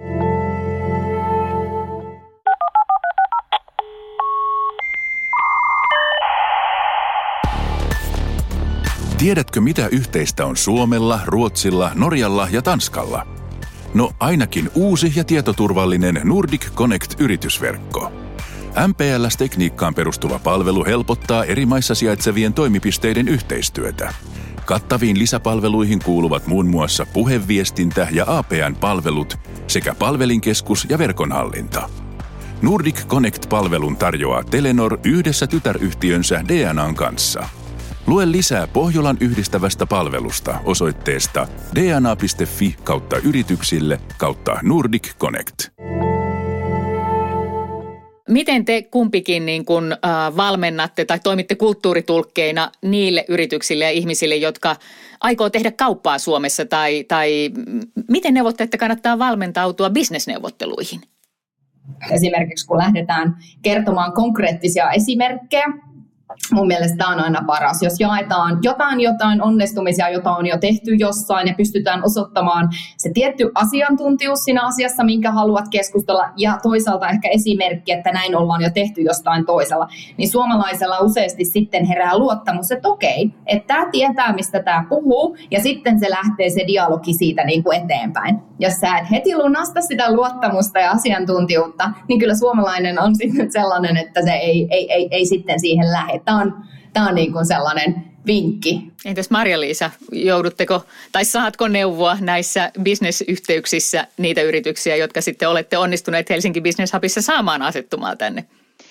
Tiedätkö, mitä yhteistä on Suomella, Ruotsilla, Norjalla ja Tanskalla? No ainakin uusi ja tietoturvallinen Nordic Connect-yritysverkko. M P L S-tekniikkaan perustuva palvelu helpottaa eri maissa sijaitsevien toimipisteiden yhteistyötä. Kattaviin lisäpalveluihin kuuluvat muun muassa puheviestintä ja A P N-palvelut sekä palvelinkeskus ja verkonhallinta. Nordic Connect-palvelun tarjoaa Telenor yhdessä tytäryhtiönsä D N A:n kanssa. Lue lisää Pohjolan yhdistävästä palvelusta osoitteesta dna piste fi kautta yrityksille kautta Nordic Connect. miten te kumpikin niin kun, äh, valmennatte tai toimitte kulttuuritulkkeina niille yrityksille ja ihmisille, jotka aikoo tehdä kauppaa Suomessa tai, tai miten neuvottelette, että kannattaa valmentautua bisnesneuvotteluihin? Esimerkiksi kun lähdetään kertomaan konkreettisia esimerkkejä, mun mielestä tämä on aina paras, jos jaetaan jotain, jotain onnistumisia, jota on jo tehty jossain ja pystytään osoittamaan se tietty asiantuntijuus siinä asiassa, minkä haluat keskustella ja toisaalta ehkä esimerkki, että näin ollaan jo tehty jostain toisella, niin suomalaisella useasti sitten herää luottamus, että okei, että tämä tietää, mistä tämä puhuu ja sitten se lähtee se dialogi siitä niin kuin eteenpäin. Jos sä et heti lunasta sitä luottamusta ja asiantuntijuutta, niin kyllä suomalainen on sitten sellainen, että se ei, ei, ei, ei sitten siihen lähde. Tämä on, tämä on niin kuin sellainen vinkki. Entäs Marja-Liisa, joudutteko tai saatko neuvoa näissä bisnesyhteyksissä niitä yrityksiä, jotka sitten olette onnistuneet Helsinki Business Hubissa saamaan asettumaan tänne?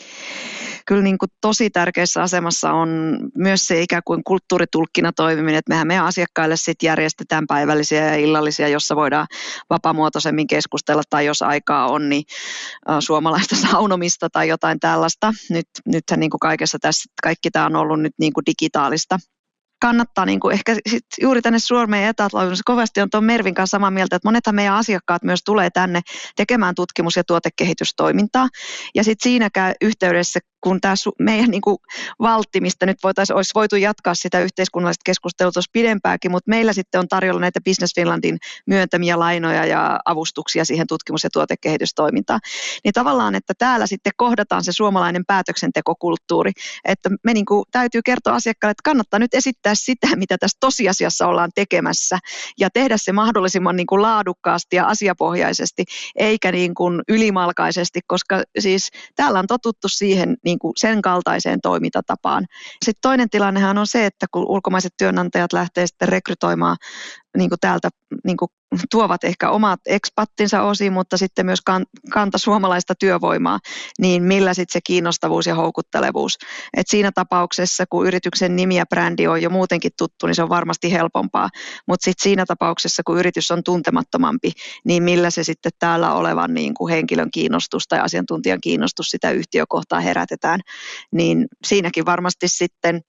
Kyllä niin kuin tosi tärkeässä asemassa on myös se ikään kuin kulttuuritulkkina toimiminen, että mehän meidän asiakkaille sitten järjestetään päivällisiä ja illallisia, jossa voidaan vapaamuotoisemmin keskustella tai jos aikaa on, niin suomalaista saunomista tai jotain tällaista. Nyt, nythän niin kuin kaikessa tässä, kaikki tämä on ollut nyt niin kuin digitaalista. Kannattaa niin kuin ehkä sit juuri tänne Suomeen etätaloudessa kovasti on tuon Mervin kanssa samaa mieltä, että monethan meidän asiakkaat myös tulee tänne tekemään tutkimus- ja tuotekehitystoimintaa. Ja sitten siinäkään yhteydessä, kun tämä meidän niin kuin valtti, mistä nyt voitaisiin, olisi voitu jatkaa sitä yhteiskunnallista keskustelua tuossa pidempääkin, mutta meillä sitten on tarjolla näitä Business Finlandin myöntämiä lainoja ja avustuksia siihen tutkimus- ja tuotekehitystoimintaan. Niin tavallaan, että täällä sitten kohdataan se suomalainen päätöksentekokulttuuri, että me niin kuin täytyy kertoa asiakkaalle, että kannattaa nyt esittää sitä, mitä tässä tosiasiassa ollaan tekemässä ja tehdä se mahdollisimman niin kuin laadukkaasti ja asiapohjaisesti, eikä niin kuin ylimalkaisesti, koska siis täällä on totuttu siihen niin kuin sen kaltaiseen toimintatapaan. Sitten toinen tilannehan on se, että kun ulkomaiset työnantajat lähtee sitten rekrytoimaan niin kuin täältä, niin kuin tuovat ehkä omat expattinsa osin, mutta sitten myös kanta suomalaista työvoimaa, niin millä sitten se kiinnostavuus ja houkuttelevuus. Et siinä tapauksessa, kun yrityksen nimi ja brändi on jo muutenkin tuttu, niin se on varmasti helpompaa, mutta sitten siinä tapauksessa, kun yritys on tuntemattomampi, niin millä se sitten täällä olevan niin kuin henkilön kiinnostus tai asiantuntijan kiinnostus sitä yhtiökohtaa herätetään, niin siinäkin varmasti sitten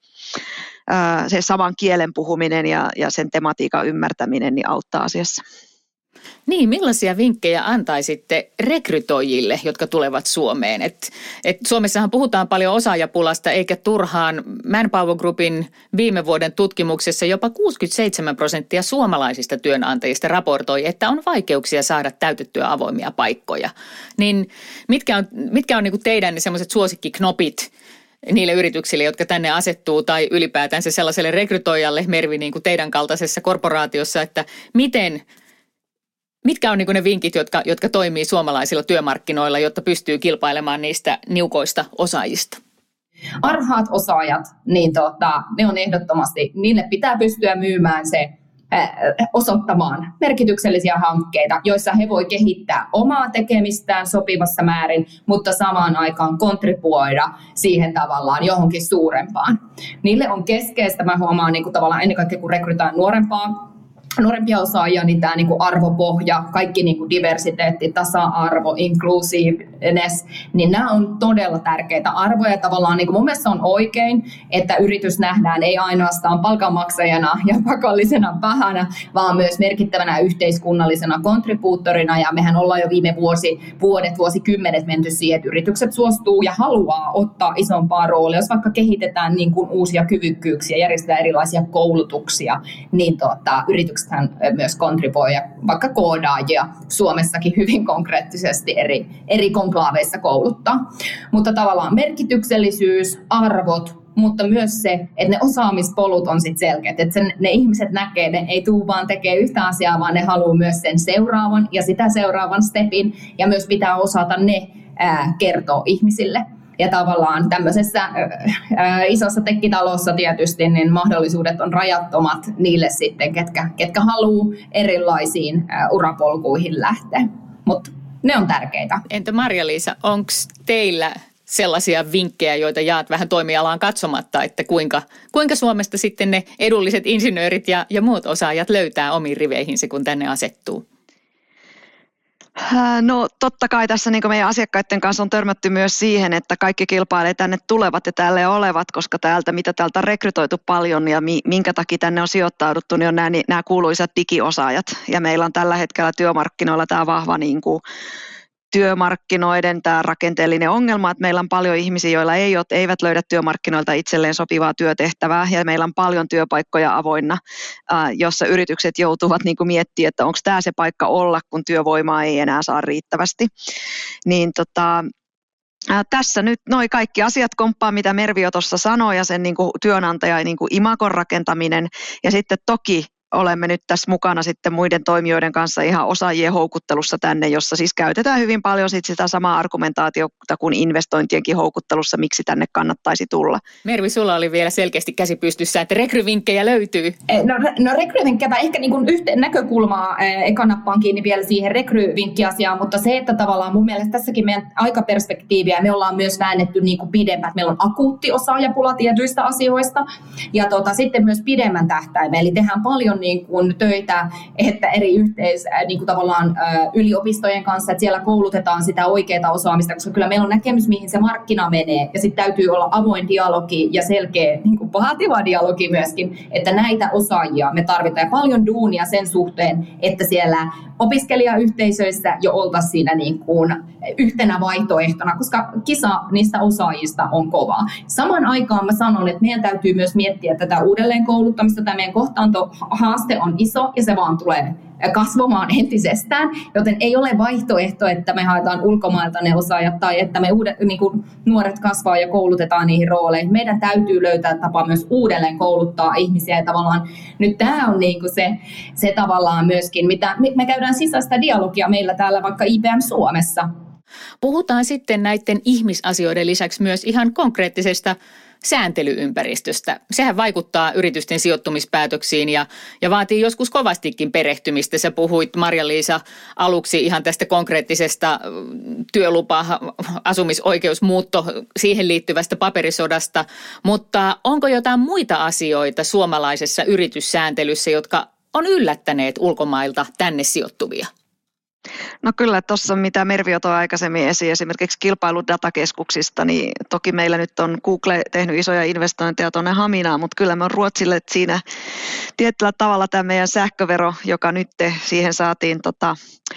se saman kielen puhuminen ja, ja sen tematiikan ymmärtäminen niin auttaa asiassa. Niin, millaisia vinkkejä antaisitte rekrytoijille, jotka tulevat Suomeen? Et, et Suomessahan puhutaan paljon osaajapulasta, eikä turhaan Manpower Groupin viime vuoden tutkimuksessa jopa kuusikymmentäseitsemän prosenttia suomalaisista työnantajista raportoi, että on vaikeuksia saada täytettyä avoimia paikkoja. Niin mitkä on, mitkä on niin kuin teidän semmoiset suosikkiknopit niille yrityksille, jotka tänne asettuu tai ylipäätään se sellaiselle rekrytoijalle, Mervi, niin kuin teidän kaltaisessa korporaatiossa, että miten, mitkä on niin kuin ne vinkit, jotka, jotka toimii suomalaisilla työmarkkinoilla, jotta pystyy kilpailemaan niistä niukoista osaajista? Parhaat osaajat, niin tota, ne on ehdottomasti, niille pitää pystyä myymään se, osoittamaan merkityksellisiä hankkeita, joissa he voi kehittää omaa tekemistään sopivassa määrin, mutta samaan aikaan kontribuoida siihen tavallaan johonkin suurempaan. Niille on keskeistä, mä huomaan niin kuin tavallaan ennen kaikkea kun rekrytoidaan nuorempaa, nuorempia osaajia, niin tämä niinku arvopohja, kaikki niinku diversiteetti, tasa-arvo, inclusiveness, niin nämä on todella tärkeitä arvoja. Tavallaan niinku mun mielestä on oikein, että yritys nähdään ei ainoastaan palkanmaksajana ja pakollisena pahana, vaan myös merkittävänä yhteiskunnallisena kontribuuttorina. Ja mehän ollaan jo viime vuosi, vuodet, vuosikymmenet menty siihen, että yritykset suostuu ja haluaa ottaa isompaa roolia. Jos vaikka kehitetään niinku uusia kyvykkyyksiä, järjestetään erilaisia koulutuksia, niin tota, yritykset hän myös kontribuoi ja vaikka koodaajia Suomessakin hyvin konkreettisesti eri, eri konklaaveissa kouluttaa. Mutta tavallaan merkityksellisyys, arvot, mutta myös se, että ne osaamispolut on sitten selkeät, että sen, ne ihmiset näkee, ne ei tule vaan tekee yhtä asiaa, vaan ne haluaa myös sen seuraavan ja sitä seuraavan stepin ja myös pitää osata ne ää, kertoa ihmisille. Ja tavallaan tämmöisessä ää, isossa tekkitalossa tietysti niin mahdollisuudet on rajattomat niille sitten, ketkä, ketkä haluaa erilaisiin ää, urapolkuihin lähteä. Mutta ne on tärkeitä. Entä Marja-Liisa, onko teillä sellaisia vinkkejä, joita jaat vähän toimialaan katsomatta, että kuinka, kuinka Suomesta sitten ne edulliset insinöörit ja, ja muut osaajat löytää omiin riveihinsä, kun tänne asettuu? No totta kai tässä niin kuin meidän asiakkaiden kanssa on törmätty myös siihen, että kaikki kilpailijat tänne tulevat ja täällä olevat, koska täältä, mitä täältä on rekrytoitu paljon ja minkä takia tänne on sijoittauduttu, niin on nämä, nämä kuuluisat digiosaajat. Ja meillä on tällä hetkellä työmarkkinoilla tämä vahva niin kuin työmarkkinoiden tämä rakenteellinen ongelma, että meillä on paljon ihmisiä, joilla ei ole, eivät löydä työmarkkinoilta itselleen sopivaa työtehtävää ja meillä on paljon työpaikkoja avoinna, jossa yritykset joutuvat niin kuin miettimään, että onko tämä se paikka olla, kun työvoimaa ei enää saa riittävästi. Niin tota, tässä nyt noi kaikki asiat komppaa, mitä Mervi tuossa sanoi ja sen niin kuin työnantaja niin kuin imagon rakentaminen ja sitten toki olemme nyt tässä mukana sitten muiden toimijoiden kanssa ihan osaajien houkuttelussa tänne, jossa siis käytetään hyvin paljon sit sitä samaa argumentaatiota kuin investointienkin houkuttelussa, miksi tänne kannattaisi tulla. Mervi, sulla oli vielä selkeästi käsi pystyssä, että rekryvinkkejä löytyy. No, no rekryvinkkejä, tai ehkä niin kuin yhteen näkökulmaa, eka nappaan kiinni vielä siihen rekryvinkkiasiaan, mutta se, että tavallaan mun mielestä tässäkin meidän aikaperspektiiviä me ollaan myös väännetty niin kuin pidempään, että meillä on akuutti osaajapula tietyistä asioista, ja tota, sitten myös pidemmän tähtäimen, eli tehdään paljon niin kuin töitä, että eri yhteis, niin kuin tavallaan yliopistojen kanssa, että siellä koulutetaan sitä oikeaa osaamista, koska kyllä meillä on näkemys, mihin se markkina menee, ja sitten täytyy olla avoin dialogi ja selkeä niin kuin vaativa dialogi myöskin, että näitä osaajia me tarvitaan ja paljon duunia sen suhteen, että siellä opiskelijayhteisöissä jo oltaisiin siinä niin kuin yhtenä vaihtoehtona, koska kisa niistä osaajista on kova. Saman aikaan mä sanon, että meidän täytyy myös miettiä tätä uudelleenkouluttamista, tämä meidän kohtaantohaaste on iso ja se vaan tulee kasvamaan entisestään, joten ei ole vaihtoehto, että me haetaan ulkomailta ne osaajat tai että me uudet, niin kuin nuoret kasvaa ja koulutetaan niihin rooleihin. Meidän täytyy löytää tapa myös uudelleen kouluttaa ihmisiä ja tavallaan nyt tämä on niin kuin se, se tavallaan myöskin, mitä me käydään sisäistä dialogia meillä täällä vaikka I B M Suomessa. Puhutaan sitten näiden ihmisasioiden lisäksi myös ihan konkreettisesta sääntelyympäristöstä. Sehän vaikuttaa yritysten sijoittumispäätöksiin ja, ja vaatii joskus kovastikin perehtymistä. Sä puhuit, Marja-Liisa, aluksi ihan tästä konkreettisesta työlupa, asumisoikeusmuutto, siihen liittyvästä paperisodasta, mutta onko jotain muita asioita suomalaisessa yrityssääntelyssä, jotka on yllättäneet ulkomailta tänne sijoittuvia? No kyllä tuossa, mitä Mervi toi aikaisemmin esiin, esimerkiksi kilpailudatakeskuksista, niin toki meillä nyt on Google tehnyt isoja investointeja tuonne Haminaan, mutta kyllä me on Ruotsille siinä tietyllä tavalla tämä meidän sähkövero, joka nyt siihen saatiin tota,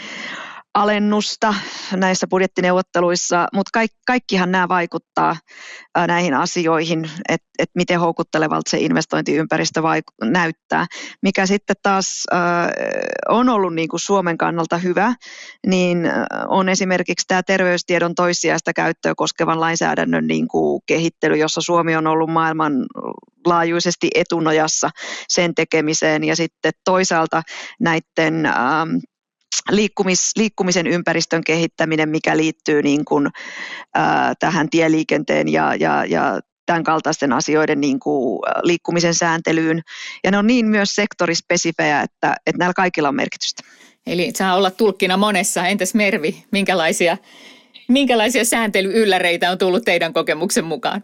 alennusta näissä budjettineuvotteluissa, mutta kaikki, kaikkihan nämä vaikuttaa ää, näihin asioihin, että et miten houkuttelevalta se investointiympäristö vaiku- näyttää. Mikä sitten taas ää, on ollut niin kuin Suomen kannalta hyvä, niin on esimerkiksi tämä terveystiedon toissijaista käyttöä koskevan lainsäädännön niin kuin kehittely, jossa Suomi on ollut maailmanlaajuisesti etunojassa sen tekemiseen ja sitten toisaalta näiden ää, Liikkumis, liikkumisen ympäristön kehittäminen, mikä liittyy niin kuin, ää, tähän tieliikenteen ja, ja, ja tämän kaltaisten asioiden niin kuin, liikkumisen sääntelyyn. Ja ne on niin myös sektorispesifejä, että, että näillä kaikilla on merkitystä. Eli saa olla tulkkina monessa. Entäs Mervi, minkälaisia, minkälaisia sääntelyylläreitä on tullut teidän kokemuksen mukaan?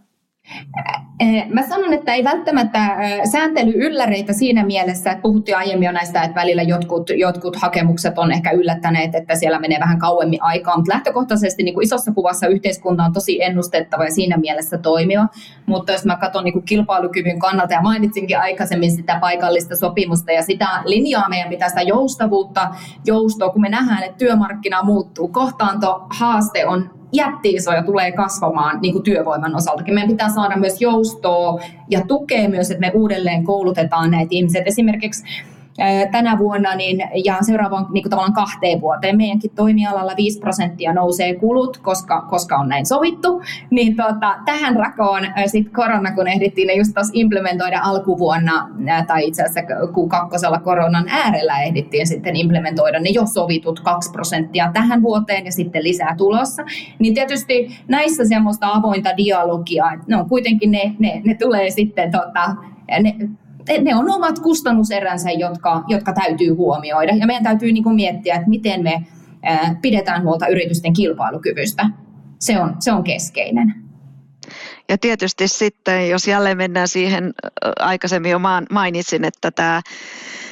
Mä sanon, että ei välttämättä sääntelyylläreitä siinä mielessä, että puhuttiin aiemmin jo näistä, että välillä jotkut, jotkut hakemukset on ehkä yllättäneet, että siellä menee vähän kauemmin aikaa, mutta lähtökohtaisesti niin kuin isossa kuvassa yhteiskunta on tosi ennustettava ja siinä mielessä toimiva, mutta jos mä katson niin kuin kilpailukyvyn kannalta ja mainitsinkin aikaisemmin sitä paikallista sopimusta ja sitä linjaa meidän pitää sitä joustavuutta, joustoa, kun me nähdään, että työmarkkina muuttuu, kohtaantohaaste on jätti-iso ja tulee kasvamaan niin kuin työvoiman osaltakin. Meidän pitää saada myös joustoa ja tukea myös, että me uudelleen koulutetaan näitä ihmisiä. Esimerkiksi tänä vuonna niin, ja seuraavaan niin kuin tavallaan kahteen vuoteen meidänkin toimialalla viisi prosenttia nousee kulut, koska, koska on näin sovittu. Niin tota, tähän rakoon sitten korona, kun ehdittiin ne just taas implementoida alkuvuonna, tai itse asiassa Q kaksi koronan äärellä ehdittiin sitten implementoida ne jo sovitut kaksi prosenttia tähän vuoteen ja sitten lisää tulossa. Niin tietysti näissä semmoista avointa dialogia, että ne on kuitenkin ne, ne, ne tulee sitten tota, ne, Ne on omat kustannuseränsä, jotka, jotka täytyy huomioida. Ja meidän täytyy niin kuin miettiä, että miten me ää, pidetään huolta yritysten kilpailukyvystä. Se on, se on keskeinen. Ja tietysti sitten, jos jälleen mennään siihen, aikaisemmin jo mainitsin, että tämä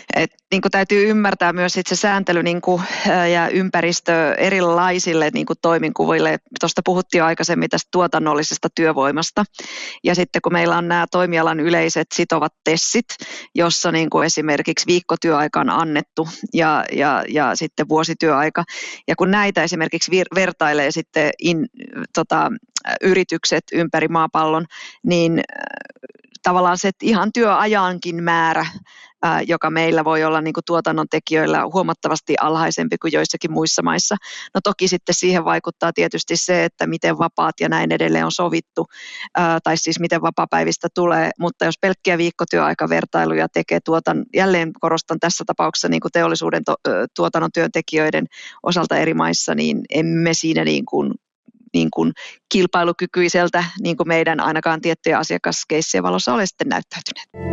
Et, niin kuin täytyy ymmärtää myös sit se sääntely niin kuin, ja ympäristö erilaisille niin kuin toiminkuville. Tuosta puhuttiin jo aikaisemmin tästä tuotannollisesta työvoimasta. Ja sitten kun meillä on nämä toimialan yleiset sitovat tessit, jossa niin kuin esimerkiksi viikkotyöaika on annettu ja, ja, ja sitten vuosityöaika. Ja kun näitä esimerkiksi vir- vertailee sitten in, tota, yritykset ympäri maapallon, niin tavallaan se ihan työajankin määrä, ää, joka meillä voi olla niin kuin tuotannon tekijöillä huomattavasti alhaisempi kuin joissakin muissa maissa. No toki sitten siihen vaikuttaa tietysti se, että miten vapaat ja näin edelleen on sovittu, ää, tai siis miten vapaapäivistä tulee, mutta jos pelkkiä viikkotyöaikavertailuja tekee, tuotan, jälleen korostan tässä tapauksessa niin kuin teollisuuden to, tuotannon työntekijöiden osalta eri maissa, niin emme siinä niin kuin niin kuin kilpailukykyiseltä, niin kuin meidän ainakaan tiettyjä asiakaskeissien valossa ole sitten näyttäytyneet.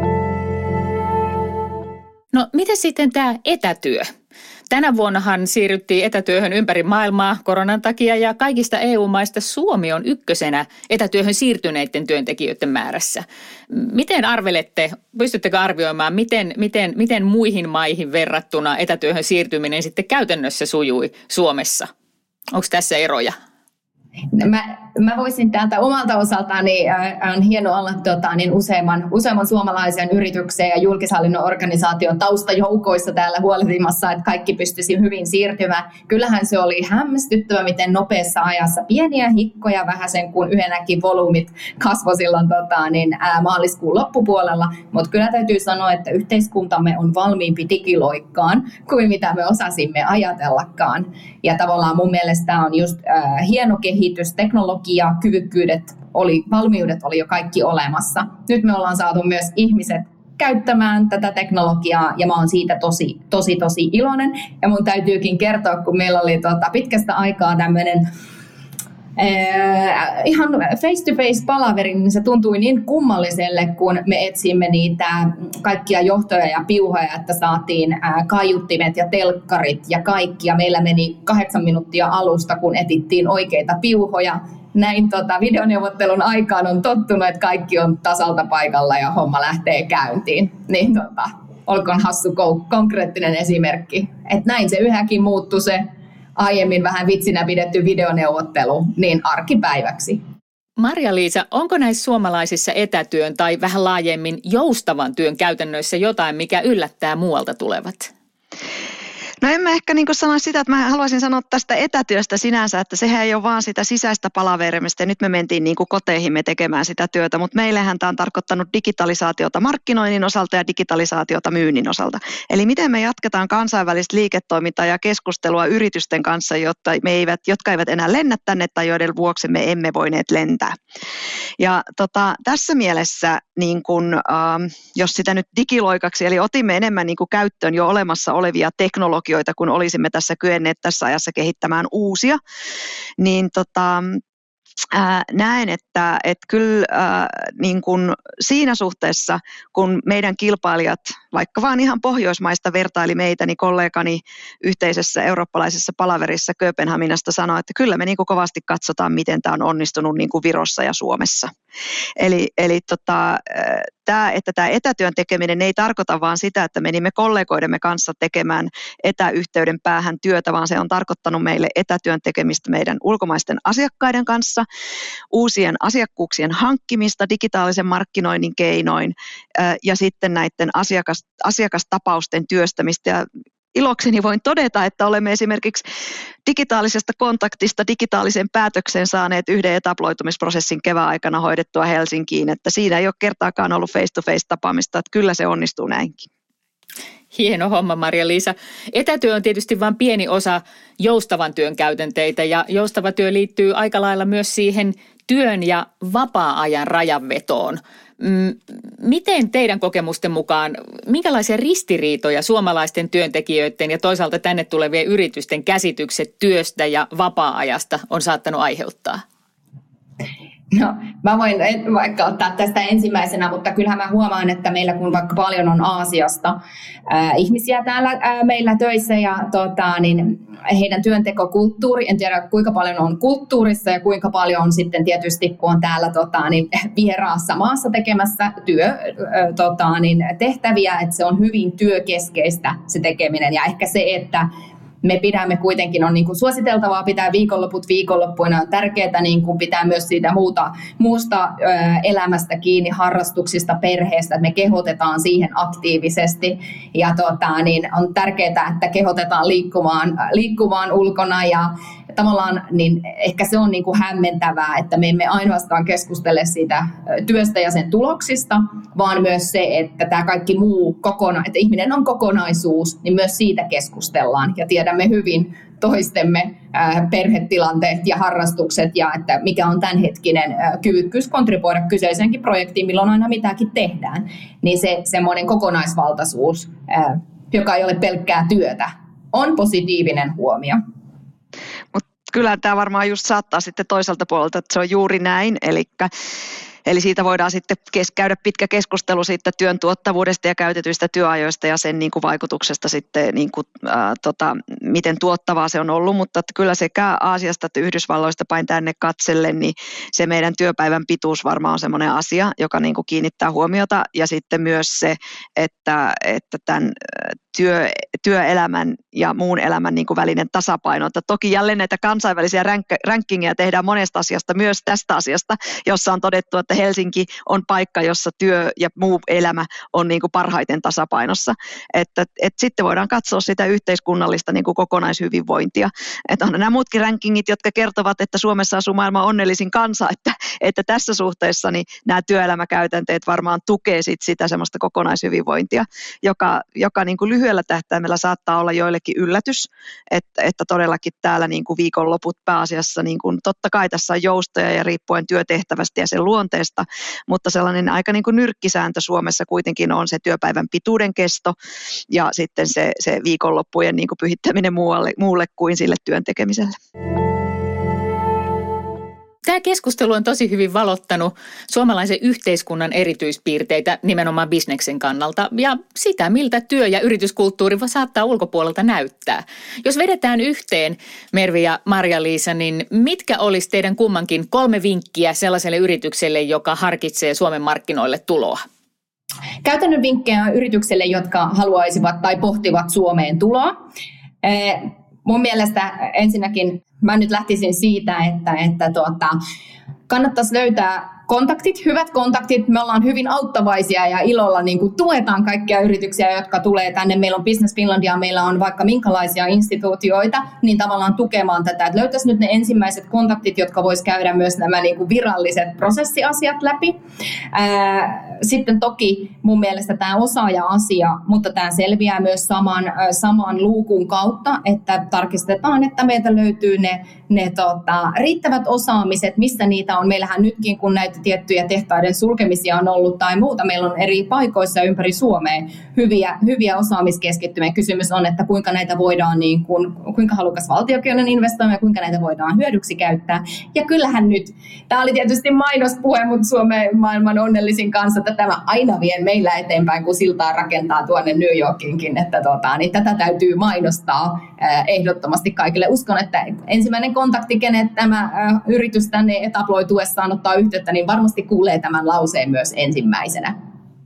No miten sitten tämä etätyö? Tänä vuonnahan siirryttiin etätyöhön ympäri maailmaa koronan takia ja kaikista E U-maista Suomi on ykkösenä etätyöhön siirtyneiden työntekijöiden määrässä. Miten arvelette, pystyttekö arvioimaan, miten, miten, miten muihin maihin verrattuna etätyöhön siirtyminen sitten käytännössä sujui Suomessa? Onko tässä eroja? Mä, mä voisin täältä omalta osaltani, äh, on hienoa olla tota, niin useamman, useamman suomalaisen yrityksen ja julkishallinnon organisaation taustajoukoissa täällä huolehtimassa, että kaikki pystyisi hyvin siirtymään. Kyllähän se oli hämmästyttävä, miten nopeassa ajassa pieniä hikkoja vähäsen, kun yhdenäkin volyymit kasvoi silloin tota, niin, ää, maaliskuun loppupuolella. Mutta kyllä täytyy sanoa, että yhteiskuntamme on valmiimpi digiloikkaan kuin mitä me osasimme ajatellakaan. Ja tavallaan mun mielestä on just äh, hieno kehitys, teknologia, kyvykkyydet, oli, valmiudet oli jo kaikki olemassa. Nyt me ollaan saatu myös ihmiset käyttämään tätä teknologiaa ja mä oon siitä tosi, tosi, tosi iloinen. Ja mun täytyykin kertoa, kun meillä oli tota, pitkästä aikaa tämmöinen Äh, ihan face-to-face palaveri, niin se tuntui niin kummalliselle, kun me etsimme niitä kaikkia johtoja ja piuhoja, että saatiin äh, kaiuttimet ja telkkarit ja kaikki. Ja meillä meni kahdeksan minuuttia alusta, kun etittiin oikeita piuhoja. Näin tota, videoneuvottelun aikaan on tottunut, että kaikki on tasalta paikalla ja homma lähtee käyntiin. Niin tota, olkoon hassu konkreettinen esimerkki. Että näin se yhäkin muuttui se aiemmin vähän vitsinä pidetty videoneuvottelu niin arkipäiväksi. Marja-Liisa, onko näissä suomalaisissa etätyön tai vähän laajemmin joustavan työn käytännöissä jotain, mikä yllättää muualta tulevat? No en mä ehkä niin kuin sano sitä, että mä haluaisin sanoa tästä etätyöstä sinänsä, että sehän ei ole vaan sitä sisäistä palaverimista ja nyt me mentiin niin kuin koteihimme tekemään sitä työtä, mutta meillähän tämä on tarkoittanut digitalisaatiota markkinoinnin osalta ja digitalisaatiota myynnin osalta. Eli miten me jatketaan kansainvälistä liiketoimintaa ja keskustelua yritysten kanssa, jotta me eivät, jotka eivät enää lennä tänne tai joiden vuoksi me emme voineet lentää. Ja tota, tässä mielessä, niin kun, ähm, jos sitä nyt digiloikaksi, eli otimme enemmän niin kuin käyttöön jo olemassa olevia teknologioita, kun olisimme tässä kyenneet tässä ajassa kehittämään uusia, niin tota, ää, näen, että et kyllä ää, niin kun siinä suhteessa, kun meidän kilpailijat, vaikka vaan ihan Pohjoismaista vertaili meitä, niin kollegani yhteisessä eurooppalaisessa palaverissa Kööpenhaminasta sanoi, että kyllä me niin kuin kovasti katsotaan, miten tämä on onnistunut niin kuin Virossa ja Suomessa. Eli, eli tota, tämä, että tämä etätyön tekeminen ei tarkoita vaan sitä, että menimme kollegoidemme kanssa tekemään etäyhteyden päähän työtä, vaan se on tarkoittanut meille etätyön tekemistä meidän ulkomaisten asiakkaiden kanssa, uusien asiakkuuksien hankkimista digitaalisen markkinoinnin keinoin ja sitten näiden asiakas, asiakastapausten työstämistä. Ja ilokseni voin todeta, että olemme esimerkiksi digitaalisesta kontaktista digitaaliseen päätökseen saaneet yhden etabloitumisprosessin kevään aikana hoidettua Helsinkiin, että siinä ei ole kertaakaan ollut face-to-face tapaamista, että kyllä se onnistuu näinkin. Hieno homma, Marja-Liisa. Etätyö on tietysti vain pieni osa joustavan työn käytänteitä ja joustava työ liittyy aika lailla myös siihen työn ja vapaa-ajan rajanvetoon. Miten teidän kokemusten mukaan, minkälaisia ristiriitoja suomalaisten työntekijöiden ja toisaalta tänne tulevien yritysten käsitykset työstä ja vapaa-ajasta on saattanut aiheuttaa? No, mä voin vaikka ottaa tästä ensimmäisenä, mutta kyllähän mä huomaan, että meillä kun vaikka paljon on Aasiasta ää, ihmisiä täällä ää, meillä töissä ja tota, niin heidän työntekokulttuuri, en tiedä kuinka paljon on kulttuurissa ja kuinka paljon on sitten tietysti, kun on täällä tota, niin vieraassa maassa tekemässä työ, ää, tota, niin tehtäviä, että se on hyvin työkeskeistä se tekeminen ja ehkä se, että me pidämme kuitenkin, on niin kuin suositeltavaa pitää viikonloput viikonloppuina, on tärkeää niin kuin pitää myös siitä muuta, muusta ö, elämästä kiinni, harrastuksista, perheestä, että me kehotetaan siihen aktiivisesti ja tota, niin on tärkeää, että kehotetaan liikkumaan, liikkumaan ulkona ja tavallaan niin ehkä se on niin kuin hämmentävää, että me emme ainoastaan keskustele siitä työstä ja sen tuloksista, vaan myös se, että tämä kaikki muu kokona, että ihminen on kokonaisuus, niin myös siitä keskustellaan ja tiedämme hyvin toistemme perhetilanteet ja harrastukset ja että mikä on tämänhetkinen kyvykkyys kontribuoida kyseiseenkin projektiin, milloin aina mitäkin tehdään, niin se semmoinen kokonaisvaltaisuus, joka ei ole pelkkää työtä, on positiivinen huomio. Kyllä tämä varmaan just saattaa sitten toiselta puolelta, että se on juuri näin, eli, eli siitä voidaan sitten kes, käydä pitkä keskustelu siitä työn tuottavuudesta ja käytetyistä työajoista ja sen niin kuin vaikutuksesta sitten, niin kuin, ää, tota, miten tuottavaa se on ollut, mutta että kyllä sekä Aasiasta että Yhdysvalloista päin tänne katselle, niin se meidän työpäivän pituus varmaan on semmoinen asia, joka niin kuin kiinnittää huomiota ja sitten myös se, että, että tämän työ, työelämän ja muun elämän niin kuin välinen tasapaino. Että toki jälleen näitä kansainvälisiä rank- rankingeja tehdään monesta asiasta, myös tästä asiasta, jossa on todettu, että Helsinki on paikka, jossa työ ja muu elämä on niin kuin parhaiten tasapainossa. Että, että sitten voidaan katsoa sitä yhteiskunnallista niin kuin kokonaishyvinvointia. Että on nämä muutkin rankingit, jotka kertovat, että Suomessa asuu maailman onnellisin kansa, että, että tässä suhteessa niin nämä työelämäkäytänteet varmaan tukee sit sitä semmoista kokonaishyvinvointia, joka, joka niin kuin lyhyellä tähtäimellä saattaa olla joillekin yllätys, että, että todellakin täällä niin kuin viikonloput pääasiassa, niin kuin, totta kai tässä on joustoja ja riippuen työtehtävästä ja sen luonteesta, mutta sellainen aika niin kuin nyrkkisääntö Suomessa kuitenkin on se työpäivän pituuden kesto ja sitten se, se viikonloppujen niin kuin pyhittäminen muualle, muulle kuin sille työn tekemiselle. Tämä keskustelu on tosi hyvin valottanut suomalaisen yhteiskunnan erityispiirteitä nimenomaan bisneksen kannalta ja sitä, miltä työ- ja yrityskulttuuri saattaa ulkopuolelta näyttää. Jos vedetään yhteen, Mervi ja Marja-Liisa, niin mitkä olisi teidän kummankin kolme vinkkiä sellaiselle yritykselle, joka harkitsee Suomen markkinoille tuloa? Käytännön vinkkejä yritykselle, jotka haluaisivat tai pohtivat Suomeen tuloa. Mun mielestä ensinnäkin mä nyt lähtisin siitä, että, että tuota, kannattaisi löytää kontaktit, hyvät kontaktit. Me ollaan hyvin auttavaisia ja ilolla niin kuin tuetaan kaikkia yrityksiä, jotka tulee tänne. Meillä on Business Finlandia, meillä on vaikka minkälaisia instituutioita, niin tavallaan tukemaan tätä. Että löytäisi nyt ne ensimmäiset kontaktit, jotka vois käydä myös nämä niin kuin viralliset prosessiasiat läpi. Sitten toki mun mielestä tämä osaaja-asia, mutta tämä selviää myös saman, saman luukun kautta, että tarkistetaan, että meiltä löytyy ne, ne tota, riittävät osaamiset, missä niitä on. Meillähän nytkin, kun näitä tiettyjä tehtaiden sulkemisia on ollut tai muuta. Meillä on eri paikoissa ympäri Suomea hyviä, hyviä osaamiskeskittymiä. Kysymys on, että kuinka näitä voidaan, niin kuin, kuinka halukas valtiokin on investoimaan ja kuinka näitä voidaan hyödyksi käyttää. Ja kyllähän nyt, tämä oli tietysti mainospuhe, mutta Suomen maailman onnellisin kanssa, että tämä aina vie meillä eteenpäin, kun siltaa rakentaa tuonne New Yorkinkin, että tota, niin tätä täytyy mainostaa ehdottomasti kaikille. Uskon, että ensimmäinen kontakti, kenet tämä yritys tänne etaploituessaan ottaa yhteyttä, niin varmasti kuulee tämän lauseen myös ensimmäisenä.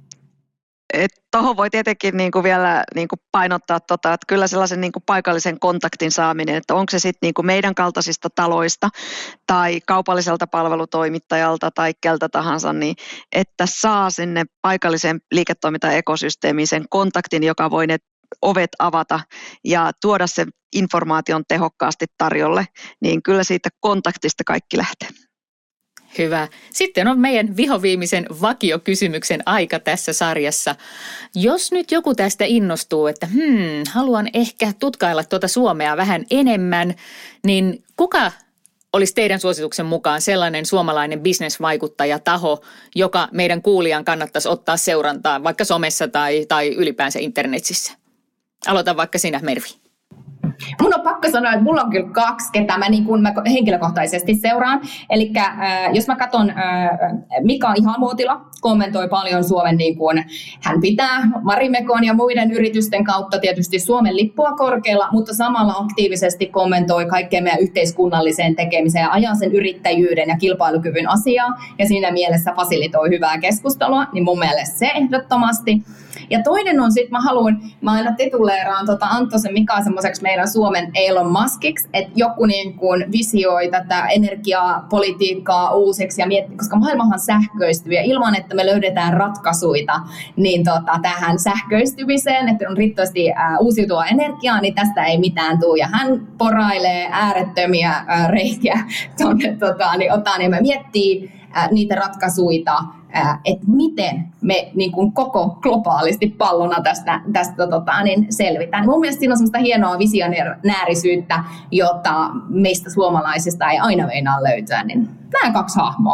Tuohon voi tietenkin niin kuin vielä niin kuin painottaa, tota, että kyllä sellaisen niin kuin paikallisen kontaktin saaminen, että onko se sitten niin kuin meidän kaltaisista taloista tai kaupalliselta palvelutoimittajalta tai keltä tahansa, niin että saa sinne paikalliseen liiketoimintaekosysteemiin sen kontaktin, joka voi ne ovet avata ja tuoda sen informaation tehokkaasti tarjolle, niin kyllä siitä kontaktista kaikki lähtee. Hyvä. Sitten on meidän vihoviimisen vakiokysymyksen aika tässä sarjassa. Jos nyt joku tästä innostuu, että hmm, haluan ehkä tutkailla tuota Suomea vähän enemmän, niin kuka olisi teidän suosituksen mukaan sellainen suomalainen bisnesvaikuttajataho, joka meidän kuulijan kannattaisi ottaa seurantaan vaikka somessa tai, tai ylipäänsä internetissä? Aloitan vaikka sinä, Mervi. Mun on pakko sanoa, että mulla on kyllä kaksi, ketä mä, niin kun mä henkilökohtaisesti seuraan. Eli äh, jos mä katson, äh, Mika Ihamuotila kommentoi paljon Suomen, niin kun hän pitää Marimekon ja muiden yritysten kautta tietysti Suomen lippua korkealla, mutta samalla aktiivisesti kommentoi kaikkea meidän yhteiskunnalliseen tekemiseen ja ajaa sen yrittäjyyden ja kilpailukyvyn asiaa. Ja siinä mielessä fasilitoi hyvää keskustelua, niin mun mielestä se ehdottomasti. Ja toinen on sitten, mä haluan, mä aina tituleeraan tota Anttosen Mikaa semmoiseksi meidän Suomen Elon Muskiksi, että joku niin kuin visioi tätä energiapolitiikkaa uusiksi ja miettii, koska maailmahan sähköistyy ja ilman, että me löydetään ratkaisuja niin tota, tähän sähköistymiseen, että on riittävästi ää, uusiutuvaa energiaa, niin tästä ei mitään tule. Ja hän porailee äärettömiä ää, reikiä tuonne, tota, niin ottaa niin me miettii ää, niitä ratkaisuja, että miten me niin kuin koko globaalisti pallona tästä, tästä tota, niin selvitään. Mun mielestä siinä on semmoista hienoa visionäärisyyttä, jota meistä suomalaisista ei aina meinaa löytyä. Niin nämä kaksi hahmoa.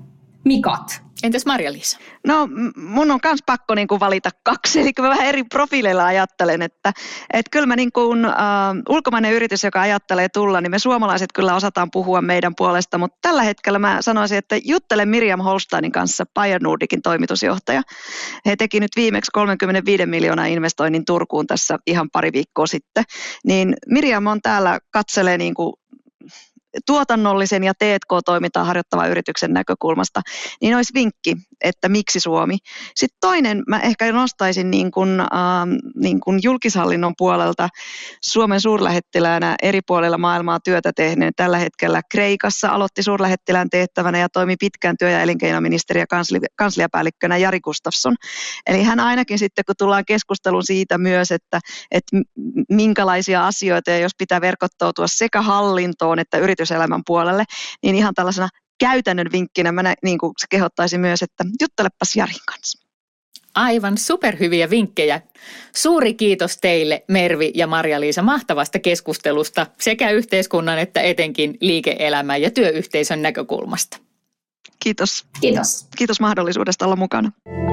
Mikat. Entäs Marja-Liisa? No mun on myös pakko niin kuin valita kaksi, eli mä vähän eri profiileilla ajattelen, että et kyllä mä niin kuin, äh, ulkomainen yritys, joka ajattelee tulla, niin me suomalaiset kyllä osataan puhua meidän puolesta, mutta tällä hetkellä mä sanoisin, että juttelen Miriam Holsteinin kanssa Bayer Nordicin toimitusjohtaja. He teki nyt viimeksi kolmekymmentäviisi miljoonaa investoinnin Turkuun tässä ihan pari viikkoa sitten, niin Miriam on täällä, katselee niin kuin tuotannollisen ja T and K-toimintaa harjoittavan yrityksen näkökulmasta, niin olisi vinkki, että miksi Suomi. Sitten toinen, mä ehkä nostaisin niin kuin, äh, niin kuin julkishallinnon puolelta Suomen suurlähettiläänä eri puolilla maailmaa työtä tehneen. Tällä hetkellä Kreikassa aloitti suurlähettilään tehtävänä ja toimi pitkään työ- ja elinkeinoministeri ja kansli- kansliapäällikkönä Jari Gustafsson. Eli hän ainakin sitten, kun tullaan keskusteluun siitä myös, että, että minkälaisia asioita, ja jos pitää verkottautua sekä hallintoon että yrityselämän puolelle, niin ihan tällaisena käytännön vinkkinä mä nä, niin kuin kehottaisin myös, että juttelepas Jarin kanssa. Aivan superhyviä vinkkejä. Suuri kiitos teille, Mervi ja Marja-Liisa, mahtavasta keskustelusta sekä yhteiskunnan että etenkin liike-elämän ja työyhteisön näkökulmasta. Kiitos. Kiitos. Kiitos mahdollisuudesta olla mukana.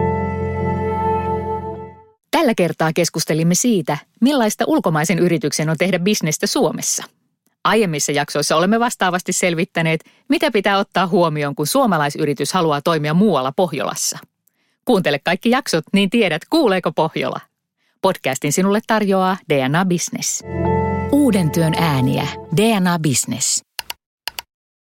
Tällä kertaa keskustelimme siitä, millaista ulkomaisen yrityksen on tehdä bisnestä Suomessa. Aiemmissa jaksoissa olemme vastaavasti selvittäneet, mitä pitää ottaa huomioon, kun suomalaisyritys haluaa toimia muualla Pohjolassa. Kuuntele kaikki jaksot, niin tiedät, kuuleeko Pohjola. Podcastin sinulle tarjoaa D N A Business. Uuden työn ääniä. D N A Business.